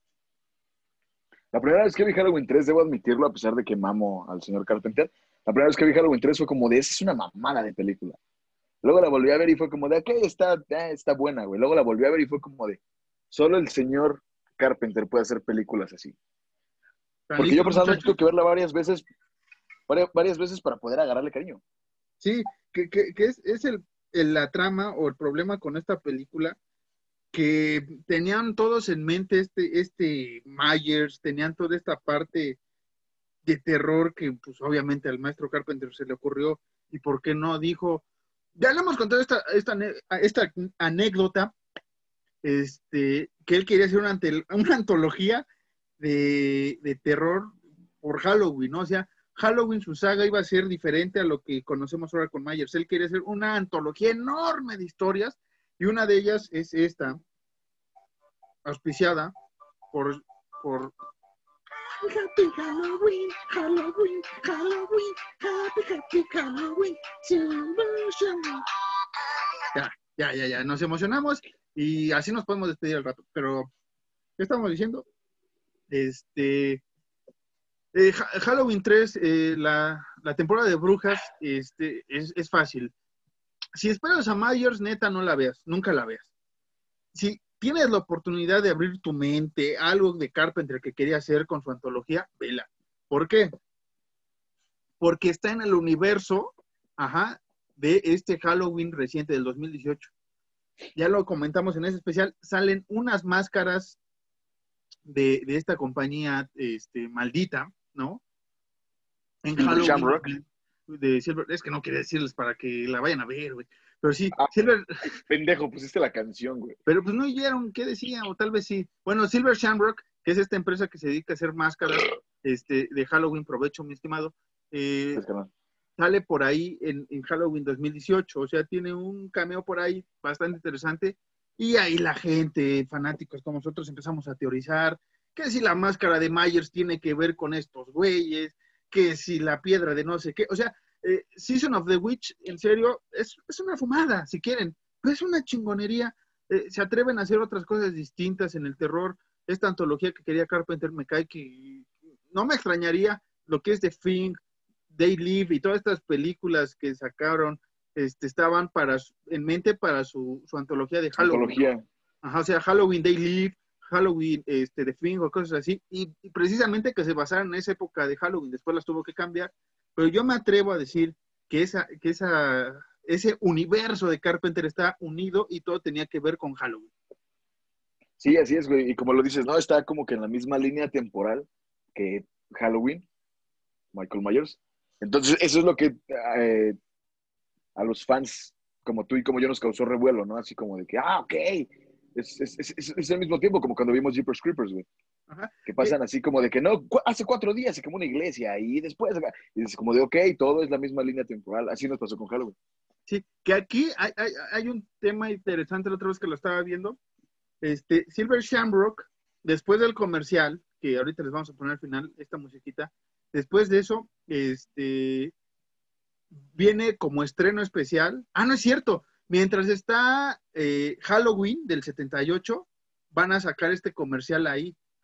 La primera vez que vi Halloween tres, debo admitirlo, a pesar de que mamo al señor Carpenter, la primera vez que vi Halloween tres fue como de, esa es una mamada de película. Luego la volví a ver y fue como de, ok, está, eh, está buena, güey. Luego la volví a ver y fue como de, solo el señor Carpenter puede hacer películas así. ¿Están Porque yo listos, personalmente muchachos? tuve que verla varias veces, varias, varias veces para poder agarrarle cariño. Sí, que, que, que es, es el, el- la trama o el problema con esta película, que tenían todos en mente este, este Myers, tenían toda esta parte de terror que pues obviamente al maestro Carpenter se le ocurrió y por qué no dijo, ya le hemos contado esta, esta, ane- esta anécdota, este, que él quería hacer una, ante- una antología de, de terror por Halloween, ¿no? O sea, Halloween, su saga iba a ser diferente a lo que conocemos ahora con Myers. Él quería hacer una antología enorme de historias y una de ellas es esta, auspiciada por, por Happy Halloween, Halloween, Halloween, Happy, Happy Halloween, Silver Shamrock. Ya, ya, ya, ya, nos emocionamos y así nos podemos despedir al rato. Pero, ¿qué estamos diciendo? Este, eh, Ha- Halloween tres, eh, la, la temporada de brujas, este, es, es fácil. Si esperas a Myers, neta, no la veas, nunca la veas. Si tienes la oportunidad de abrir tu mente, algo de Carpenter que quería hacer con su antología, vela. ¿Por qué? Porque está en el universo, ajá, de este Halloween reciente del dos mil dieciocho. Ya lo comentamos en ese especial, salen unas máscaras de, de esta compañía este, maldita, ¿no? En Silver Halloween Shamrock. de Silver, es que no quería decirles para que la vayan a ver, güey. Pero sí, Ah. Silver, Pendejo, pusiste la canción, güey. pero pues no oyeron qué decía, o tal vez sí. Bueno, Silver Shamrock, que es esta empresa que se dedica a hacer máscaras este, de Halloween, provecho, mi estimado, eh, Es que no. sale por ahí en, en Halloween dos mil dieciocho, o sea, tiene un cameo por ahí bastante interesante, y ahí la gente, fanáticos como nosotros, empezamos a teorizar que si la máscara de Myers tiene que ver con estos güeyes, que si la piedra de no sé qué, o sea, eh, Season of the Witch, en serio, es, es una fumada, si quieren, pero es una chingonería, eh, se atreven a hacer otras cosas distintas en el terror, esta antología que quería Carpenter me cae que no me extrañaría lo que es The Thing, They Live y todas estas películas que sacaron, este, estaban para en mente para su, su antología de Halloween. Antología. Ajá, o sea, Halloween They Live, Halloween este, The Thing o cosas así, y, y precisamente que se basaron en esa época de Halloween, después las tuvo que cambiar, pero yo me atrevo a decir que, esa, que esa, ese universo de Carpenter está unido y todo tenía que ver con Halloween. Sí, así es, güey. Y como lo dices, no, está como que en la misma línea temporal que Halloween, Michael Myers. Entonces, eso es lo que eh, a los fans como tú y como yo nos causó revuelo, ¿no? Así como de que, ah, ok. Es, es, es, es, es el mismo tiempo como cuando vimos Jeepers Creepers, güey. Ajá. Que pasan así como de que no, cu- hace cuatro días se quemó una iglesia y después, acá. Y es como de, ok, todo es la misma línea temporal. Así nos pasó con Halloween. Sí, que aquí hay, hay, hay un tema interesante la otra vez que lo estaba viendo. Este, Silver Shamrock, después del comercial, que ahorita les vamos a poner al final esta musiquita, después de eso, este, viene como estreno especial. Ah, no es cierto. Mientras está eh, Halloween del setenta y ocho, van a sacar este comercial ahí.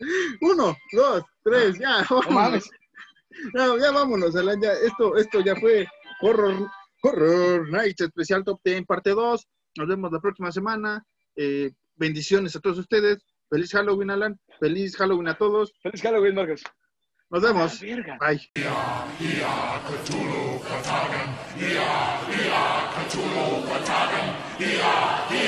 Uno, dos, tres, ya, No vámonos. mames. No, ya vámonos, Alan, ya, esto, esto ya fue Horror, Horror Nights especial Top diez, parte dos. Nos vemos la próxima semana. Eh, bendiciones a todos ustedes. Feliz Halloween, Alan. Feliz Halloween a todos. Feliz Halloween, Marcos. Nos vemos. Ah, verga. Bye. Cthulhu Katagan, Ia, Ia, Cthulhu Katagan, Ia, Ia.